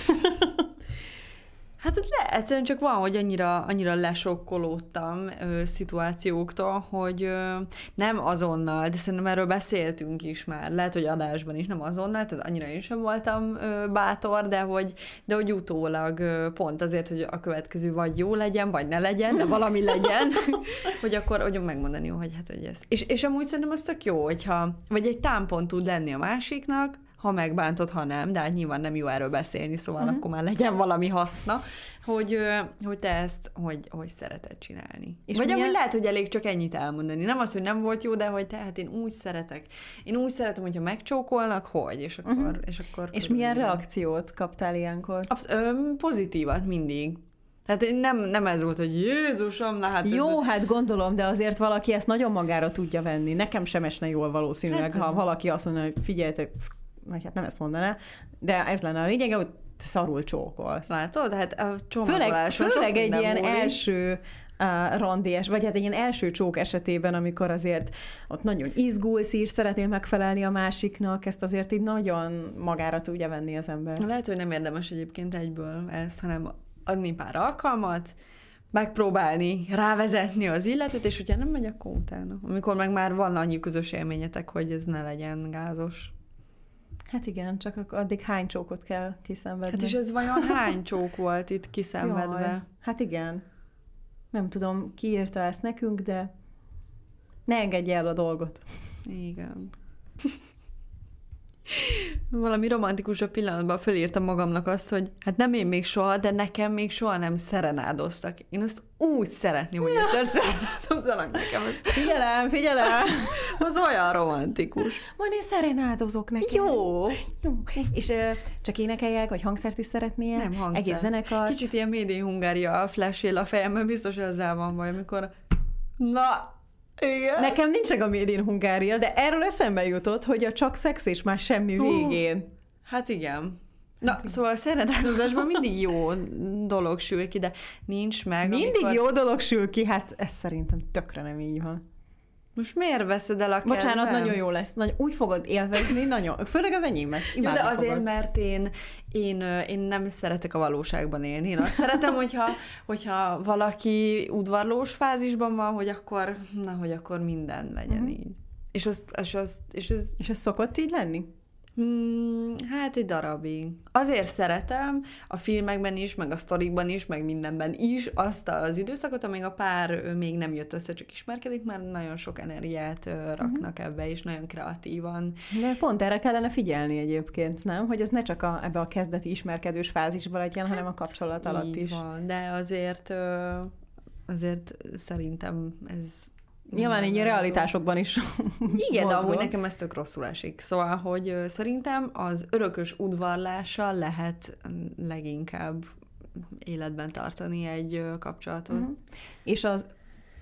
Speaker 2: Hát ott le, egyszerűen csak van, hogy annyira, annyira lesokkolódtam ö, szituációktól, hogy ö, nem azonnal, de szerintem erről beszéltünk is már, lehet, hogy adásban is, nem azonnal, tehát annyira én sem voltam ö, bátor, de hogy, de hogy utólag ö, pont azért, hogy a következő vagy jó legyen, vagy ne legyen, de valami legyen, hogy akkor hogy megmondani, hogy hát, hogy ez. És, és amúgy szerintem az tök jó, hogyha, vagy egy támpont tud lenni a másiknak, ha megbántod, ha nem, de hát nyilván nem jó erről beszélni, szóval uh-huh. akkor már legyen valami haszna, hogy, hogy te ezt, hogy, hogy szereted csinálni. És vagy milyen... amúgy lehet, hogy elég csak ennyit elmondani. Nem az, hogy nem volt jó, de hogy te, hát én úgy szeretek. Én úgy szeretem, hogyha megcsókolnak, hogy, és akkor... Uh-huh. És, akkor
Speaker 1: és milyen reakciót kaptál ilyenkor?
Speaker 2: Absz- ö, pozitívat mindig. Tehát én nem, nem ez volt, hogy Jézusom, na hát...
Speaker 1: Jó,
Speaker 2: ez...
Speaker 1: hát gondolom, de azért valaki ezt nagyon magára tudja venni. Nekem sem esne jól valószínűleg, hát ha ez valaki azt mondja, hogy figyelj, te... vagy hát nem ezt mondaná, de ez lenne a lényege, hogy szarul csókolsz.
Speaker 2: Látod? Hát a
Speaker 1: Főleg, főleg egy ilyen múlik. első uh, randies, vagy hát egy ilyen első csók esetében, amikor azért ott nagyon izgulsz is, szeretnél megfelelni a másiknak, ezt azért így nagyon magára tudja venni az ember.
Speaker 2: Lehet, hogy nem érdemes egyébként egyből ezt, hanem adni pár alkalmat, megpróbálni rávezetni az illetőt, és hogyha nem megy, akkor utána. Amikor meg már van annyi közös élményetek, hogy ez ne legyen gázos.
Speaker 1: Hát igen, csak addig hány csókot kell kiszenvedni.
Speaker 2: Hát és ez vajon hány csók volt itt kiszenvedve?
Speaker 1: Jaj, hát igen. Nem tudom, ki írta ezt nekünk, de ne engedj el a dolgot.
Speaker 2: Igen. Valami romantikusabb pillanatban fölírtam magamnak azt, hogy hát nem én még soha, de nekem még soha nem szerenádoztak. Én azt úgy szeretném, hogy egyszer szerenádozzanak nekem. Ez...
Speaker 1: Figyelem, figyelem!
Speaker 2: Az olyan romantikus.
Speaker 1: Majd én szerenádozok nekem.
Speaker 2: Jó!
Speaker 1: Jó. És ö, csak énekeljek, vagy hangszert is szeretnél?
Speaker 2: Nem hangszer.
Speaker 1: Egész zenekart?
Speaker 2: Kicsit ilyen Made in Hungária flash-él a fejemben, biztos ezzel van baj, amikor... Na... Igen.
Speaker 1: Nekem nincs meg a Made in Hungária, de erről eszembe jutott, hogy a csak szex és már semmi végén. Uh,
Speaker 2: hát igen. Na, hát szóval a szerenádozásban mindig jó dolog sül ki, de nincs meg.
Speaker 1: Mindig
Speaker 2: amikor...
Speaker 1: jó dolog sül ki? Hát ez szerintem tökre nem így van.
Speaker 2: Most miért veszed el a kedvem?
Speaker 1: Bocsánat, nagyon jó lesz. Nagy, úgy fogod élvezni, nagyon. Főleg az enyémet.
Speaker 2: Jó, de azért, fogod. mert én, én, én nem szeretek a valóságban élni. Én azt szeretem, hogyha, hogyha valaki udvarlós fázisban van, hogy akkor, na, hogy akkor minden legyen uh-huh. így. És, az, és, az, és, ez...
Speaker 1: és ez szokott így lenni?
Speaker 2: Hmm, hát egy darabig. Azért szeretem a filmekben is, meg a sztorikban is, meg mindenben is azt az időszakot, amíg a pár még nem jött össze, csak ismerkedik, mert nagyon sok energiát raknak uh-huh. ebbe, és nagyon kreatívan.
Speaker 1: De pont erre kellene figyelni egyébként, nem? Hogy ez ne csak a, ebbe a kezdeti ismerkedős fázisban legyen, hát hanem a kapcsolat alatt is.
Speaker 2: Van, de azért, azért szerintem ez
Speaker 1: nyilván így realitásokban is
Speaker 2: igen, de amúgy nekem ez tök rosszul esik. Szóval, hogy szerintem az örökös udvarlással lehet leginkább életben tartani egy kapcsolatot. Uh-huh.
Speaker 1: És az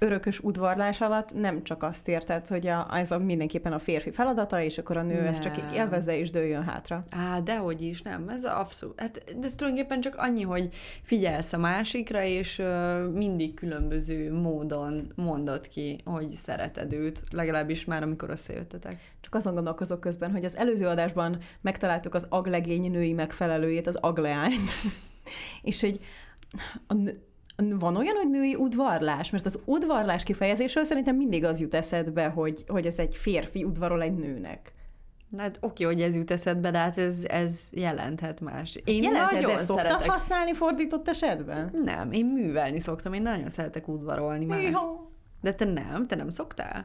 Speaker 1: örökös udvarlás alatt nem csak azt érted, hogy a, ez a mindenképpen a férfi feladata, és akkor a nő nem. ezt csak így élvezze és dőljön hátra.
Speaker 2: Á, dehogy is, nem, ez abszolút. Hát, de ez tulajdonképpen csak annyi, hogy figyelsz a másikra, és uh, mindig különböző módon mondod ki, hogy szereted őt, legalábbis már, amikor összejöttetek.
Speaker 1: Csak azon gondolkozok közben, hogy az előző adásban megtaláltuk az aglegény női megfelelőjét, az agleányt. És hogy a nő, van olyan, hogy női udvarlás? Mert az udvarlás kifejezésről szerintem mindig az jut eszedbe, hogy, hogy ez egy férfi udvarol egy nőnek.
Speaker 2: Hát oké, hogy ez jut eszedbe, de hát ez, ez jelenthet más. Én
Speaker 1: jelenthet,
Speaker 2: nagyon
Speaker 1: de szoktad
Speaker 2: szeretek...
Speaker 1: használni fordított esetben?
Speaker 2: Nem, én művelni szoktam, én nagyon szeretek udvarolni már.
Speaker 1: Iha.
Speaker 2: De te nem? Te nem szoktál?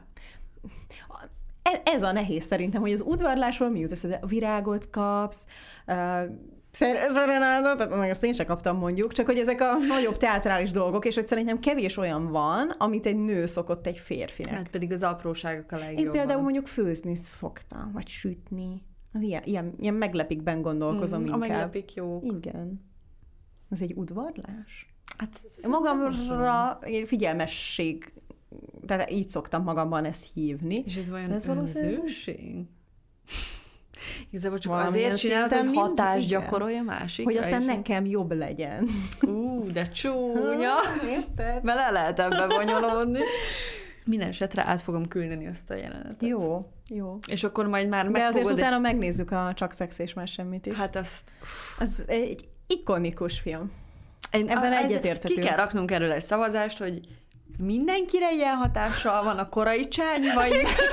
Speaker 1: Ez a nehéz szerintem, hogy az udvarlásról mi jut eszedbe? Virágot kapsz, uh, szerenádot, tehát meg azt én sem kaptam mondjuk, csak hogy ezek a nagyobb teátrális dolgok, és hogy szerintem kevés olyan van, amit egy nő szokott egy férfinek.
Speaker 2: Hát pedig az apróságok a legjobban.
Speaker 1: Én például mondjuk főzni szoktam, vagy sütni. Az ilyen, ilyen, ilyen meglepikben gondolkozom mm, inkább.
Speaker 2: A meglepik jók.
Speaker 1: Igen. Ez egy udvarlás?
Speaker 2: Hát
Speaker 1: magamra figyelmesség, tehát így szoktam magamban ezt hívni.
Speaker 2: És ez vajon
Speaker 1: ez
Speaker 2: önzőség? Igazából csak azért csinálod, hogy hatást gyakorolja másik.
Speaker 1: Hogy aztán nekem jobb legyen.
Speaker 2: Ú, de csúnya.
Speaker 1: Érted?
Speaker 2: Bele lehet ebbe bonyolódni. Minden esetre át fogom küldeni azt a jelenetet.
Speaker 1: Jó, jó.
Speaker 2: És akkor majd már megfogod...
Speaker 1: De azért utána egy... megnézzük a Csak szex és más semmit is.
Speaker 2: Hát azt...
Speaker 1: Az egy ikonikus film.
Speaker 2: Én,
Speaker 1: Ebben egyetérthetünk.
Speaker 2: Ki kell raknunk erről egy szavazást, hogy mindenkire ilyen hatással van a korai csány, vagy...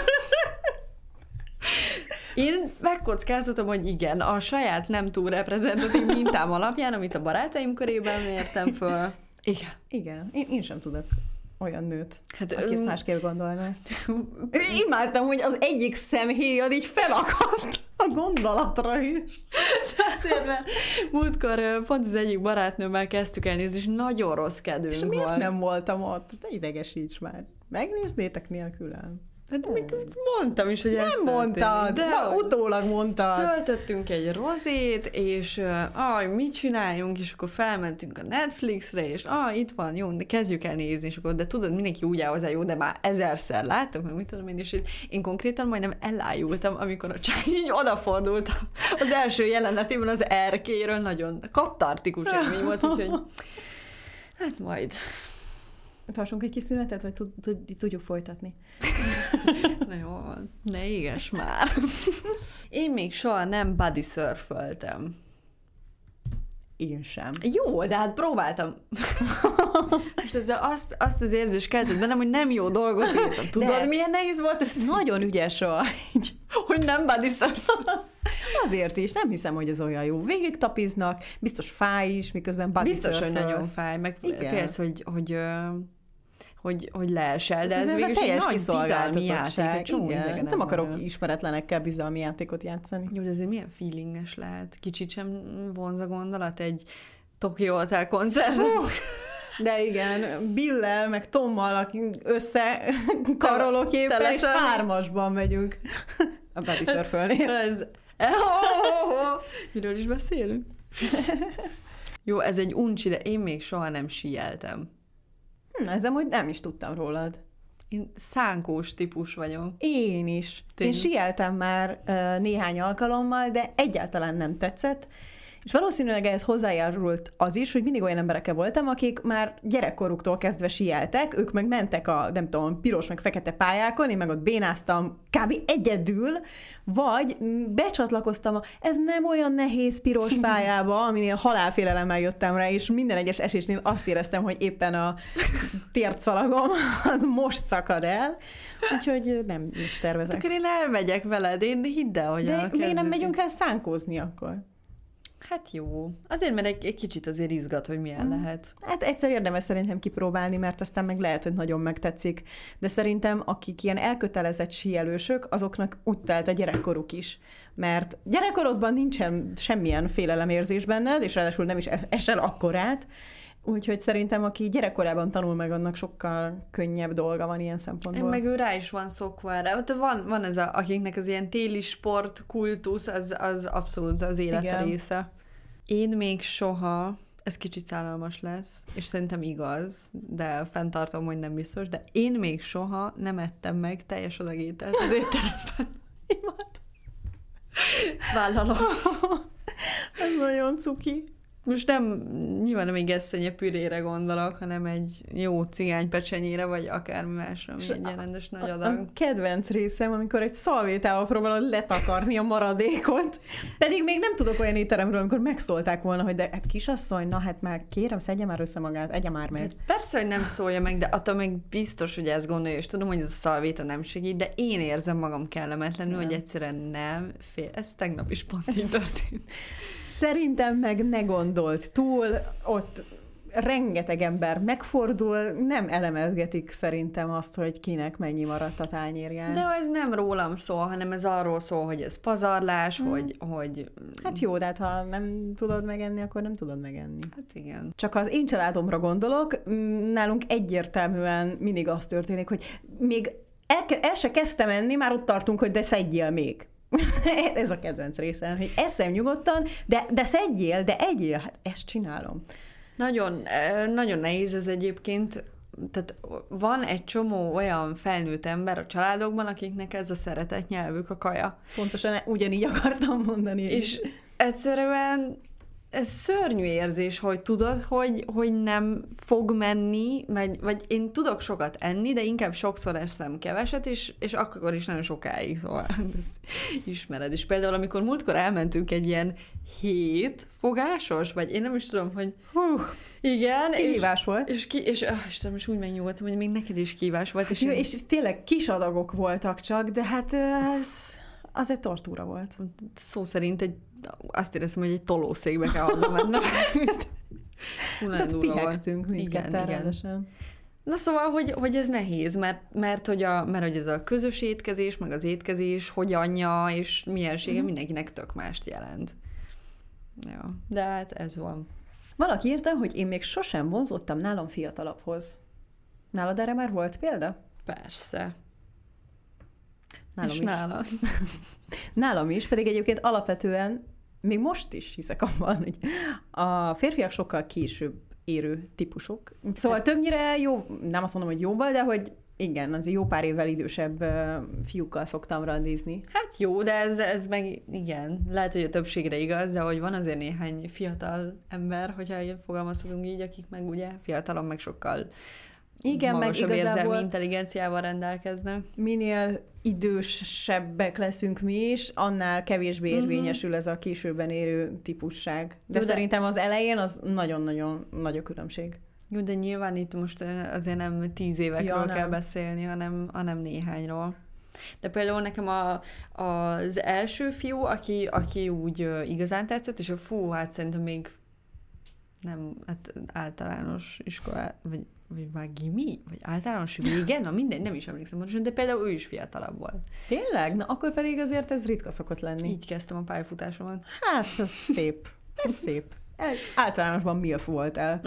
Speaker 2: Én megkockáztatom, hogy igen, a saját nem túl reprezentatív mintám alapján, amit a barátaim körében mértem föl. Igen.
Speaker 1: Igen, én, én sem tudok olyan nőt, hát, aki
Speaker 2: um...
Speaker 1: ezt másképp gondolná. Imádtam, hogy az egyik szemhéjad így felakadt a gondolatra is.
Speaker 2: Azért, mert múltkor pont az egyik barátnőmmel kezdtük el nézni, és nagyon rossz kedvünk
Speaker 1: és
Speaker 2: volt. És
Speaker 1: miért nem voltam ott? Te idegesíts már. Megnéznétek nélkülem.
Speaker 2: Hát még mondtam is, hogy
Speaker 1: nem
Speaker 2: ezt
Speaker 1: mondtad, de utólag mondtad.
Speaker 2: Töltöttünk egy rozét, és ah, mit csináljunk, és akkor felmentünk a Netflixre, és ah, itt van, jó, kezdjük el nézni, és akkor, de tudod, mindenki úgy áll hozzá, jó, de már ezerszer láttok, meg mit tudom én, és én konkrétan majdnem elájultam, amikor a csány így odafordult az első jelenetében az erkéről, nagyon katartikus élmény volt, úgyhogy hát majd...
Speaker 1: Tartsunk egy kis szünetet, vagy tud, tud, tudjuk folytatni?
Speaker 2: Na jó van. Ne éges már. Én még soha nem body surföltem.
Speaker 1: Én sem.
Speaker 2: Jó, de hát próbáltam. Most ezzel azt, azt az érzést keltett bennem, hogy nem jó dolgot írtam. Tudod, de milyen nehéz volt ez?
Speaker 1: Nagyon ügyes vagy.
Speaker 2: Hogy nem body surf.
Speaker 1: Azért is. Nem hiszem, hogy ez olyan jó. Végig tapiznak, biztos fáj is, miközben body
Speaker 2: biztos, hogy nagyon fáj, meg igen. Félsz, hogy, hogy, hogy, hogy leesel, de ez, ez végül egy nagy bizalmi játék.
Speaker 1: Igen. Nem akarok olyan. Ismeretlenekkel bizalmi játékot játszani.
Speaker 2: Jó, de ezért milyen feelinges lehet? Kicsit sem vonz a gondolat egy Tokyo Hotel koncert.
Speaker 1: De igen, Billel, meg Tommal, akik össze karolok éppen, és hármasban megyünk a body surfölni.
Speaker 2: Ez... Oh, oh, oh. Miről is beszélünk? Jó, ez egy uncsi, de én még soha nem síeltem.
Speaker 1: Hm, ezzel hogy nem is tudtam rólad.
Speaker 2: Én szánkós típus vagyok.
Speaker 1: Én is. Tény. Én síeltem már uh, néhány alkalommal, de egyáltalán nem tetszett. És valószínűleg ehhez hozzájárult az is, hogy mindig olyan emberekkel voltam, akik már gyerekkoruktól kezdve síeltek, ők meg mentek a, nem tudom, piros meg fekete pályákon, én meg ott bénáztam kb. Egyedül, vagy becsatlakoztam a, ez nem olyan nehéz piros pályába, aminél halálfélelemmel jöttem rá, és minden egyes esésnél azt éreztem, hogy éppen a tércalagom az most szakad el, úgyhogy nem is tervezek.
Speaker 2: Akkor én elmegyek veled, én hidd el, hogy
Speaker 1: de miért nem megyünk el szánkózni akkor?
Speaker 2: Hát jó. Azért, mert egy, egy kicsit azért izgat, hogy milyen mm. lehet.
Speaker 1: Hát egyszer érdemes szerintem kipróbálni, mert aztán meg lehet, hogy nagyon megtetszik. De szerintem, akik ilyen elkötelezett síelősök, azoknak úgy telt a gyerekkoruk is. Mert gyerekkorodban nincsen semmilyen félelemérzés benned, és ráadásul nem is esel akkorát. Úgyhogy szerintem, aki gyerekkorában tanul meg, annak sokkal könnyebb dolga van ilyen szempontból.
Speaker 2: Meg ő rá is van szokva erre. Van, van ez, a, akiknek az ilyen téli sport kultusz, az, az abszolút az élete része. Én még soha ez kicsit szállalmas lesz, és szerintem igaz, de fenntartom, hogy nem biztos, de én még soha nem ettem meg teljes adag ételt az étteremben.
Speaker 1: Imád.
Speaker 2: Vállalom.
Speaker 1: Ez nagyon cuki.
Speaker 2: Most nem, nyilván nem egy gesszenye pürére gondolok, hanem egy jó cigánypecsenyére, vagy akármi másra, ami egy ilyen rendes nagy adag.
Speaker 1: A kedvenc részem, amikor egy szalvétával próbálod letakarni a maradékot. Pedig még nem tudok olyan étteremről, amikor megszólták volna, hogy de hát kisasszony, na hát már kérem, szedje már össze magát, egye már meg.
Speaker 2: Hát persze, hogy nem szólja meg, de attól meg biztos, hogy ezt gondolja, és tudom, hogy ez a szalvéta nem segít, de én érzem magam kellemetlenül, nem. hogy egyszerűen nem fél. Ez tegnap is pont így történt.
Speaker 1: Szerintem meg ne gondolt túl, ott rengeteg ember megfordul, nem elemezgetik szerintem azt, hogy kinek mennyi maradt a tányérján.
Speaker 2: De ez nem rólam szól, hanem ez arról szól, hogy ez pazarlás, hmm. hogy, hogy...
Speaker 1: Hát jó, de hát ha nem tudod megenni, akkor nem tudod megenni.
Speaker 2: Hát igen.
Speaker 1: Csak az én családomra gondolok, nálunk egyértelműen mindig az történik, hogy még el, el se kezdtem enni, már ott tartunk, hogy de szedjél még. Ez a kedvenc részem, hogy eszem nyugodtan, de, de szedjél, de egyél, hát ezt csinálom.
Speaker 2: Nagyon, nagyon nehéz ez egyébként, tehát van egy csomó olyan felnőtt ember a családokban, akiknek ez a szeretett nyelvük a kaja.
Speaker 1: Pontosan ugyanígy akartam mondani.
Speaker 2: És egyszerűen ez szörnyű érzés, hogy tudod, hogy, hogy nem fog menni, vagy, vagy én tudok sokat enni, de inkább sokszor eszem keveset, és, és akkor is nagyon sokáig, szóval ezt ismered. És például, amikor múltkor elmentünk egy ilyen hét fogásos, vagy én nem is tudom, hogy
Speaker 1: Hú,
Speaker 2: igen.
Speaker 1: Ez kihívás és, volt.
Speaker 2: És, ki, és ah, Istenem, is úgy megnyugodtam, hogy még neked is kihívás volt. És,
Speaker 1: Jó,
Speaker 2: én...
Speaker 1: és tényleg kis adagok voltak csak, de hát ez, az egy tortúra volt.
Speaker 2: Szó szerint egy, azt éreztem, hogy egy tolószékbe kell hazamennem.
Speaker 1: Tehát pihektünk mindketten rendesen.
Speaker 2: Na szóval, hogy, hogy ez nehéz, mert, mert, hogy a, mert hogy ez a közös étkezés, meg az étkezés, hogyanja és miensége mm. mindenkinek tök mást jelent. Ja, de hát ez van.
Speaker 1: Valaki írta, hogy én még sosem vonzottam nálam fiatalabbhoz. Nálad erre már volt példa?
Speaker 2: Persze.
Speaker 1: Nálam
Speaker 2: és
Speaker 1: is.
Speaker 2: nála.
Speaker 1: Nálam is, pedig egyébként alapvetően még most is hiszek abban, hogy a férfiak sokkal később érő típusok. Szóval többnyire jó, nem azt mondom, hogy jóval, de hogy igen, az jó pár évvel idősebb fiúkkal szoktam randizni.
Speaker 2: Hát jó, de ez, ez meg igen, lehet, hogy a többségre igaz, de hogy van azért néhány fiatal ember, hogyha fogalmazhatunk így, akik meg ugye fiatalon meg sokkal
Speaker 1: igen,
Speaker 2: magasabb
Speaker 1: meg igazából
Speaker 2: érzelmi intelligenciával rendelkeznek.
Speaker 1: Minél idősebbek leszünk mi is, annál kevésbé érvényesül uh-huh. ez a későbben érő típusság. De, de szerintem az elején az nagyon-nagyon nagy a különbség.
Speaker 2: Jó, de nyilván itt most azért nem tíz évekről ja, kell beszélni, hanem, hanem néhányról. De például nekem a, az első fiú, aki, aki úgy igazán tetszett, és a fú, hát szerintem még nem, hát általános iskola, vagy, vagy már gimi, vagy általános vége, na minden, nem is emlékszem pontosan, de például ő is fiatalabb volt.
Speaker 1: Tényleg? Na akkor pedig azért ez ritka szokott lenni.
Speaker 2: Így kezdtem a pályafutásomat.
Speaker 1: Hát, ez szép. Ez szép. Általánosban milf voltál.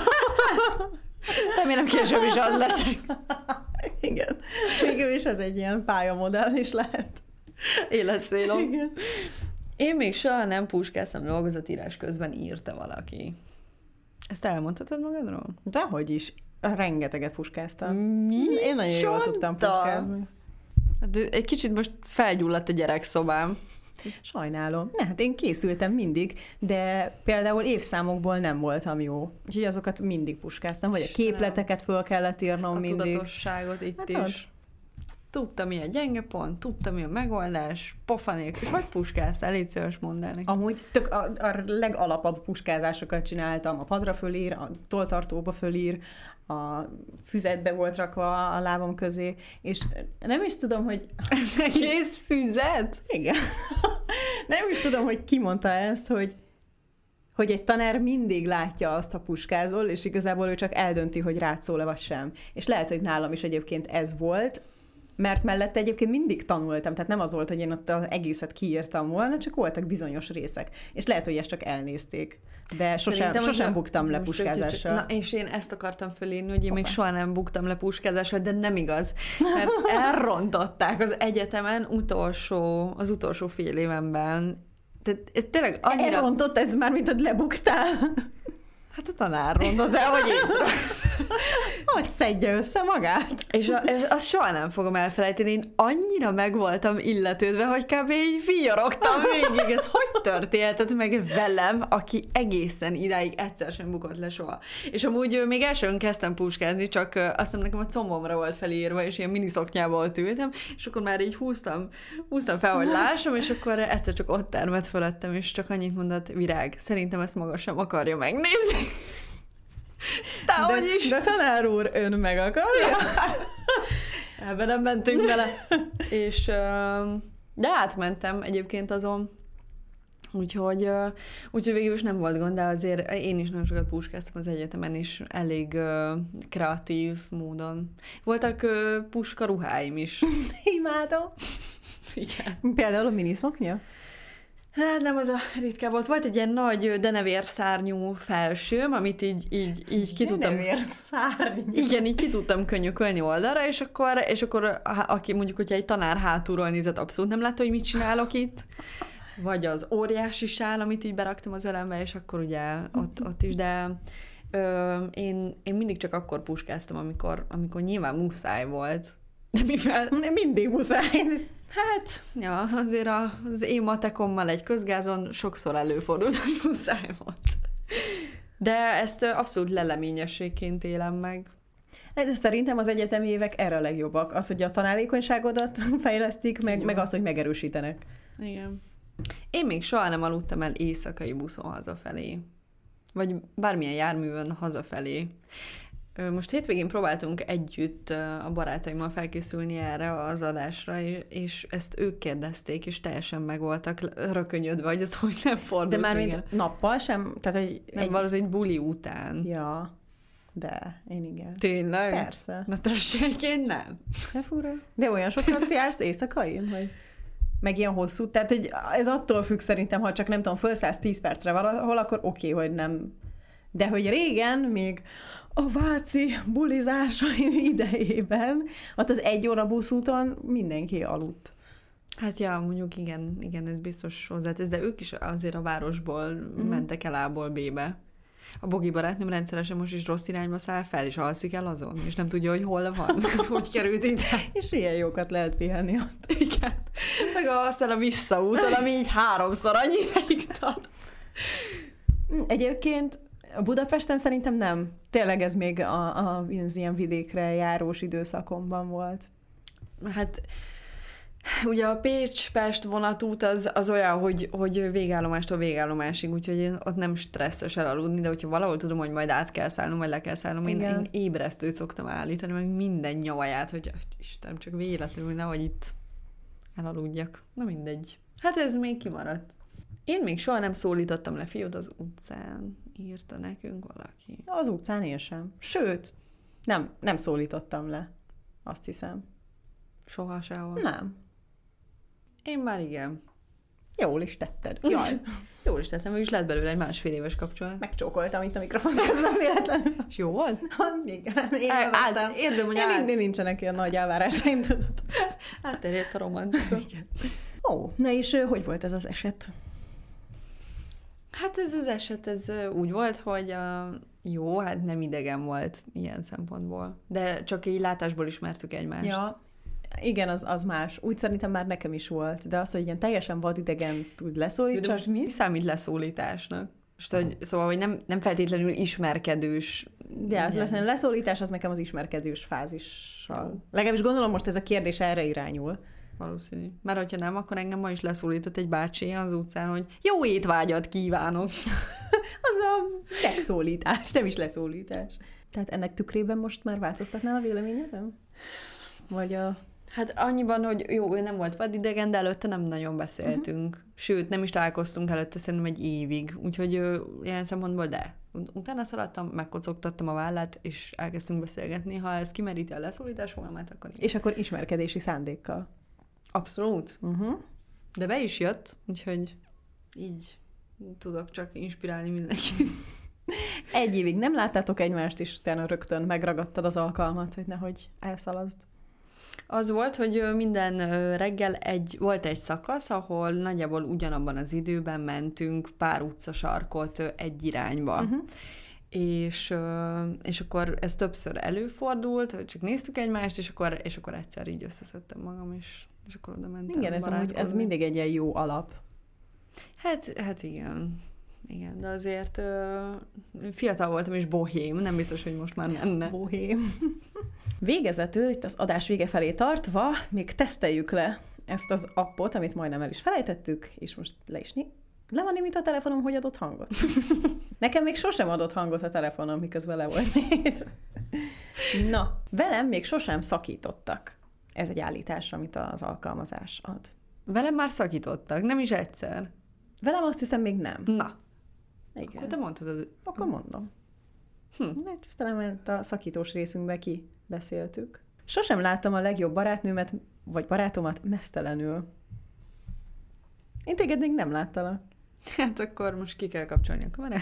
Speaker 2: Remélem később is az leszek.
Speaker 1: Igen. Végül is ez egy ilyen pályamodell is lehet.
Speaker 2: Életcélom.
Speaker 1: Igen.
Speaker 2: Én még soha nem puskáztam dolgozatírás közben, írta valaki. Ezt elmondhatod magadról?
Speaker 1: Dehogy is. Rengeteget puskáztam.
Speaker 2: Mi?
Speaker 1: Én nagyon jól tudtam puskázni.
Speaker 2: Hát egy kicsit most felgyulladt a gyerekszobám.
Speaker 1: Sajnálom. Ne, hát én készültem mindig, de például évszámokból nem voltam jó. Úgyhogy azokat mindig puskáztam, vagy a képleteket föl kellett írnom mindig.
Speaker 2: Ezt a tudatosságot itt hát is. Ad. Tudtam, mi a gyenge pont, tudtam, mi a megoldás, pofa nélkül, és hogy puskáztál? Légy szíves, mondd el neki.
Speaker 1: Amúgy tök a, a legalapabb puskázásokat csináltam. A padra fölír, a tolltartóba fölír, a füzetbe volt rakva a lábam közé, és nem is tudom, hogy...
Speaker 2: Ez egész füzet?
Speaker 1: Igen. Nem is tudom, hogy ki mondta ezt, hogy hogy egy tanár mindig látja azt, ha puskázol, és igazából ő csak eldönti, hogy rád szól-e vagy sem. És lehet, hogy nálam is egyébként ez volt, mert mellette egyébként mindig tanultam, tehát nem az volt, hogy én ott az egészet kiírtam volna, csak voltak bizonyos részek. És lehet, hogy ezt csak elnézték. De sosem, sosem buktam le puskázással.
Speaker 2: Na, és én ezt akartam fölírni, hogy én Opa. még soha nem buktam le puskázással, de nem igaz. Mert elrontották az egyetemen utolsó, az utolsó fél évenben. Tehát ez tényleg annyira...
Speaker 1: Elrontott ez már, mint hogy lebuktál.
Speaker 2: Hát a tanár mondott el, hogy észre.
Speaker 1: Hogy szedje össze magát.
Speaker 2: És, a, és azt soha nem fogom elfelejteni, én annyira meg voltam illetődve, hogy kb. Így vigyorogtam végig. Ez hogy történhetett meg velem, aki egészen idáig egyszer sem bukott le soha. És amúgy még elsőn kezdtem puskázni, csak azt hiszem nekem a combomra volt felírva, és ilyen miniszoknyából ültem, és akkor már így húztam, húztam fel, hogy lássam, és akkor egyszer csak ott termett fölöttem, és csak annyit mondott, Virág, szerintem ezt maga sem akarja megnézni. De,
Speaker 1: de,
Speaker 2: is.
Speaker 1: de tanár úr, ön meg akarja?
Speaker 2: Ebben nem mentünk bele. És, de átmentem egyébként azon, úgyhogy, úgyhogy végül is nem volt gond, de azért én is nagyon sokat puskáztam az egyetemen is, elég kreatív módon. Voltak puska ruháim is.
Speaker 1: Imádom.
Speaker 2: Igen.
Speaker 1: Például a miniszoknya?
Speaker 2: Hát nem, az a ritkán volt. Volt egy ilyen nagy denevérszárnyú felsőm, amit így, így, így ki tudtam...
Speaker 1: Denevérszárnyú?
Speaker 2: Igen, így ki tudtam könnyökölni oldalra, és akkor, és akkor aki mondjuk, hogyha egy tanár hátulról nézett, abszolút nem látta, hogy mit csinálok itt. Vagy az óriási sál, amit így beraktam az ölembe, és akkor ugye ott, ott is, de ö, én, én mindig csak akkor puskáztam, amikor, amikor nyilván muszáj volt. De mivel...
Speaker 1: Mindig muszáj.
Speaker 2: Hát, ja, azért az én matekommal egy közgázon sokszor előfordult, hogy muszáj volt. De ezt abszolút leleményességként élem meg.
Speaker 1: De szerintem az egyetemi évek erre a legjobbak. Az, hogy a tanálékonyságodat fejlesztik, meg, meg az, hogy megerősítenek.
Speaker 2: Igen. Én még soha nem aludtam el éjszakai buszon hazafelé. Vagy bármilyen járművön hazafelé. Most hétvégén próbáltunk együtt a barátaimmal felkészülni erre az adásra, és ezt ők kérdezték, és teljesen meg voltak rökönyödve, hogy ez hogy nem fordult.
Speaker 1: De már mint nappal sem? Tehát, hogy
Speaker 2: nem, egy... valószínűleg buli után.
Speaker 1: Ja, de én igen.
Speaker 2: Tényleg?
Speaker 1: Persze.
Speaker 2: Na tessék, én nem.
Speaker 1: De fura. De olyan sokat jársz éjszakain, hogy meg ilyen hosszú, tehát hogy ez attól függ szerintem, ha csak nem tudom, felszállsz tíz percre valahol, akkor oké, okay, hogy nem. De hogy régen még a váci bulizásaim idejében, ott az egy óra buszúton mindenki aludt.
Speaker 2: Hát ja, mondjuk igen, igen, ez biztos hozzátesz, de ők is azért a városból mm. mentek el A-ból B-be. A Bogi barátnőm rendszeresen most is rossz irányba száll fel, és alszik el azon, és nem tudja, hogy hol van, hogy került ide.
Speaker 1: És ilyen jókat lehet pihenni ott.
Speaker 2: Igen. Meg aztán a visszaúton, ami így háromszor annyi ideig tart.
Speaker 1: Egyébként Budapesten szerintem nem. Tényleg ez még a, a, az ilyen vidékre járós időszakomban volt.
Speaker 2: Hát ugye a Pécs-Pest vonatút az, az olyan, hogy, hogy végállomástól végállomásig, úgyhogy én ott nem stresszes elaludni, de hogyha valahol tudom, hogy majd át kell szállnom, vagy le kell szállnom, én, én ébresztőt szoktam állítani, meg minden nyavaját, hogy Istenem, csak véletlenül nehogy itt elaludjak. Na mindegy. Hát ez még kimaradt. Én még soha nem szólítottam le fiút az utcán, írta nekünk valaki.
Speaker 1: Az utcán én sem. Sőt, nem, nem szólítottam le. Azt hiszem.
Speaker 2: Soha sehol?
Speaker 1: Nem.
Speaker 2: Én már igen.
Speaker 1: Jól is tetted. Jaj.
Speaker 2: Jól is tettem, mégis lett belőle egy másfél éves kapcsolat.
Speaker 1: Megcsókoltam itt a mikrofont közben véletlenül.
Speaker 2: És jó volt?
Speaker 1: Igen. Én
Speaker 2: Áll, érzem, hogy
Speaker 1: át... Én nincsenek ilyen nagy elvárásaim, tudod.
Speaker 2: Átterjedt a romantika.
Speaker 1: Ó, na és hogy volt ez az eset?
Speaker 2: Hát ez az eset, ez úgy volt, hogy a... jó, hát nem idegen volt ilyen szempontból. De csak így látásból ismertük egymást.
Speaker 1: Ja, igen, az, az más. Úgy szerintem már nekem is volt, de az, hogy ilyen teljesen vadidegen tud leszólítani.
Speaker 2: De most mi számít leszólításnak? Most, hogy, szóval, hogy nem, nem feltétlenül ismerkedős.
Speaker 1: De az lesz, a leszólítás az nekem az ismerkedős fázissal. Jó. Legalábbis gondolom most ez a kérdés erre irányul.
Speaker 2: Valószínű. Mert hogyha nem, akkor engem ma is leszólított egy bácsi az utcán, hogy jó étvágyat kívánok.
Speaker 1: Az a megszólítás, nem is leszólítás. Tehát ennek tükrében most már változtatnál a véleményedem? Vagy a...
Speaker 2: Hát annyiban, hogy jó, ő nem volt vadidegen, de előtte nem nagyon beszéltünk. Uh-huh. Sőt, nem is találkoztunk előtte szerintem egy évig. Úgyhogy ő, ilyen szempontból de. Utána szaladtam, megkocogtattam a vállát, és elkezdtünk beszélgetni. Ha ez kimeríti a leszólítás fogalmát, akkor így.
Speaker 1: És akkor ismerkedési szándékkal.
Speaker 2: Abszolút.
Speaker 1: Uh-huh.
Speaker 2: De be is jött, úgyhogy így tudok csak inspirálni mindenkit.
Speaker 1: Egy évig nem láttátok egymást, és utána rögtön megragadtad az alkalmat, hogy nehogy elszaladsz.
Speaker 2: Az volt, hogy minden reggel egy, volt egy szakasz, ahol nagyjából ugyanabban az időben mentünk pár utcasarkot egy irányba. Uh-huh. és, és akkor ez többször előfordult, hogy csak néztük egymást, és akkor, és akkor egyszer így összeszedtem magam, és, és akkor oda mentem.
Speaker 1: Igen, ez, amúgy, ez mindig egy ilyen jó alap.
Speaker 2: Hát, hát igen. Igen, de azért uh, fiatal voltam, és bohém, nem biztos, hogy most már menne.
Speaker 1: Bohém. Végezetül, itt az adás vége felé tartva, még teszteljük le ezt az appot, amit majdnem el is felejtettük, és most le is né- le van némít a telefonom, hogy adott hangot. Nekem még sosem adott hangot a telefonom, miközben le volt nézve. Na, velem még sosem szakítottak. Ez egy állítás, amit az alkalmazás ad.
Speaker 2: Velem már szakítottak, nem is egyszer.
Speaker 1: Velem azt hiszem még nem.
Speaker 2: Na.
Speaker 1: Igen.
Speaker 2: Akkor te mondtad.
Speaker 1: Akkor mondom. Hm. Mert ezt talán mert a szakítós részünkben kibeszéltük. Sosem láttam a legjobb barátnőmet, vagy barátomat meztelenül. Én téged még nem láttalak.
Speaker 2: Hát akkor most ki kell kapcsolni a kamerát.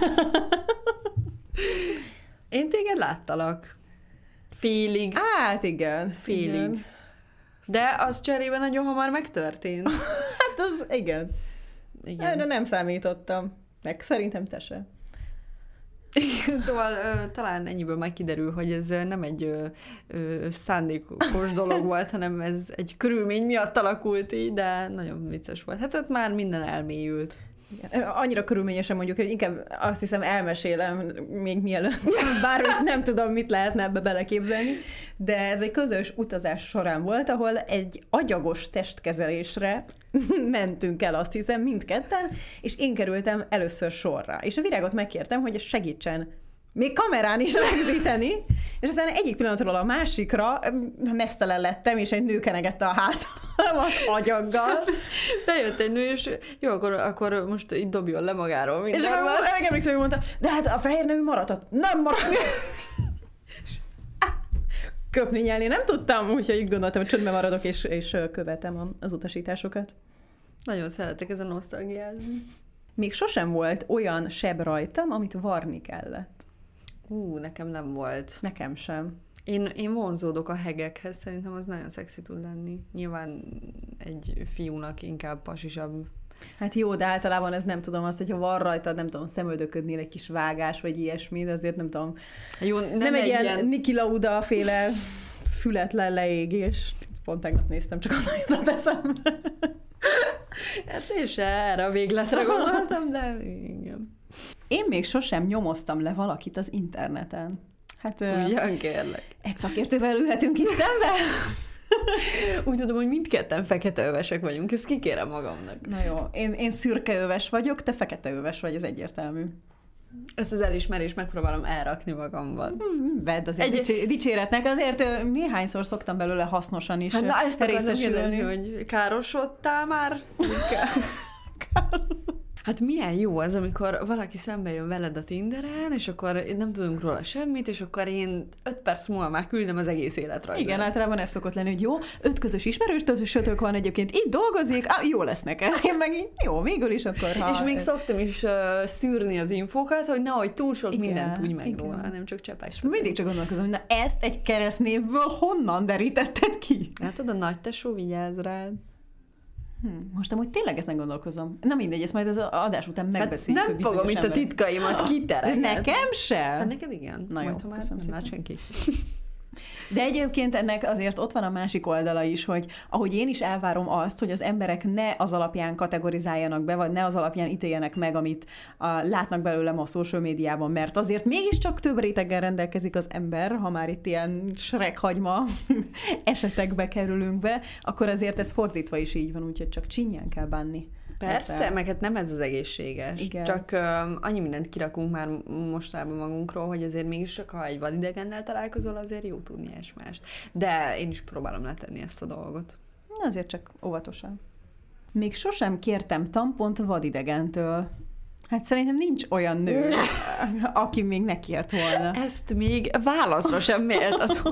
Speaker 2: Én téged láttalak. Félig.
Speaker 1: Hát igen.
Speaker 2: Félig.
Speaker 1: Igen.
Speaker 2: De az cserében nagyon hamar megtörtént.
Speaker 1: Hát az igen.
Speaker 2: Igen.
Speaker 1: Erre nem számítottam. Meg szerintem te se.
Speaker 2: Igen, szóval ö, talán ennyiből már kiderül, hogy ez nem egy ö, ö, szándékos dolog volt, hanem ez egy körülmény miatt alakult így, de nagyon vicces volt. Hát ott már minden elmélyült.
Speaker 1: Igen. Annyira körülményesen mondjuk, hogy inkább azt hiszem elmesélem még mielőtt, bár nem tudom, mit lehetne ebbe beleképzelni, de ez egy közös utazás során volt, ahol egy agyagos testkezelésre mentünk el, azt hiszem, mindketten, és én kerültem először sorra. És a Virágot megkértem, hogy segítsen még kamerán is rögzíteni, és aztán egyik pillanatról a másikra mesztelen lettem, és egy nő kenegette a hátamat agyaggal.
Speaker 2: Bejött egy nő, és jó, akkor, akkor most így dobjon le magáról minden.
Speaker 1: És akkor emlékszem, hogy mondta, de hát a fehér nevű maradt, nem maradt. Köpni nyelni nem tudtam, úgyhogy így gondoltam, hogy csöndben maradok, és, és követem az utasításokat.
Speaker 2: Nagyon szeretek ezen nosztalgiázni.
Speaker 1: Még sosem volt olyan seb rajtam, amit varni kellett.
Speaker 2: Ú, nekem nem volt.
Speaker 1: Nekem sem.
Speaker 2: Én, én vonzódok a hegekhez, szerintem az nagyon szexi tud lenni. Nyilván egy fiúnak inkább pasisabb.
Speaker 1: Hát jó, de általában ez nem tudom azt, hogyha van rajtad, nem tudom, szemöldöködnél egy kis vágás, vagy ilyesmi, de azért nem tudom.
Speaker 2: Jó, nem,
Speaker 1: nem egy, egy ilyen,
Speaker 2: ilyen
Speaker 1: Niki Lauda féle fületlen leégés. Pont tegnap néztem, csak onnan jutott eszembe.
Speaker 2: Hát én se erre a végletre gondoltam, de igen.
Speaker 1: Én még sosem nyomoztam le valakit az interneten. Hát
Speaker 2: ugyan kérlek.
Speaker 1: Egy szakértővel ülhetünk itt szembe.
Speaker 2: Úgy tudom, hogy mindketten feketeövesek vagyunk, ezt kikérem magamnak.
Speaker 1: Na jó, én, én szürkeöves vagyok, te feketeöves vagy, ez egyértelmű.
Speaker 2: Ezt az elismerést megpróbálom elrakni magamban.
Speaker 1: Vedd azért egy... dicsé- dicséretnek, azért néhányszor szoktam belőle hasznosan is
Speaker 2: hát na, ezt
Speaker 1: részesülni.
Speaker 2: Hogy károsodtál már? Hát milyen jó az, amikor valaki szembe jön veled a Tinderen, és akkor nem tudunk róla semmit, és akkor én öt perc múlva már küldem az egész életrajzot.
Speaker 1: Igen, általában ez szokott lenni, hogy jó, öt közös ismerős, közösötök van egyébként, itt dolgozik, ah, jó lesz neked. Én meg így, jó, végül is akkor, ha...
Speaker 2: És még szoktam is uh, szűrni az infókat, hogy nehogy túl sok igen, mindent tudj meg
Speaker 1: igen.
Speaker 2: róla, nem csak csepes.
Speaker 1: Mindig csak gondolkozom, hogy na ezt egy keresztnévből honnan derítetted ki?
Speaker 2: Látod, a nagy tesó vigyáz rád.
Speaker 1: Hm, most amúgy tényleg ezen gondolkozom. Na mindegy, ezt majd az adás után megbeszéljük.
Speaker 2: Hát nem fogom itt a titkaimat kiterelni.
Speaker 1: Nekem se?
Speaker 2: Hát neked igen.
Speaker 1: Na jó,
Speaker 2: majd, ha már nem lát senki.
Speaker 1: De egyébként ennek azért ott van a másik oldala is, hogy ahogy én is elvárom azt, hogy az emberek ne az alapján kategorizáljanak be, vagy ne az alapján ítéljenek meg, amit a, látnak belőlem a social médiában, mert azért mégiscsak több réteggel rendelkezik az ember, ha már itt ilyen Shrek-hagyma esetekbe kerülünk be, akkor azért ez fordítva is így van, úgyhogy csak csinyán kell bánni.
Speaker 2: Persze, ezzel. Meg hát nem ez az egészséges.
Speaker 1: Igen.
Speaker 2: Csak um, annyi mindent kirakunk már mostában magunkról, hogy azért mégis csak ha egy vadidegennel találkozol, azért jó tudni egymást. De én is próbálom letenni ezt a dolgot.
Speaker 1: Azért csak óvatosan. Még sosem kértem tampont vadidegentől. Hát szerintem nincs olyan nő, aki még ne kért volna.
Speaker 2: Ezt még válaszra sem méltatom.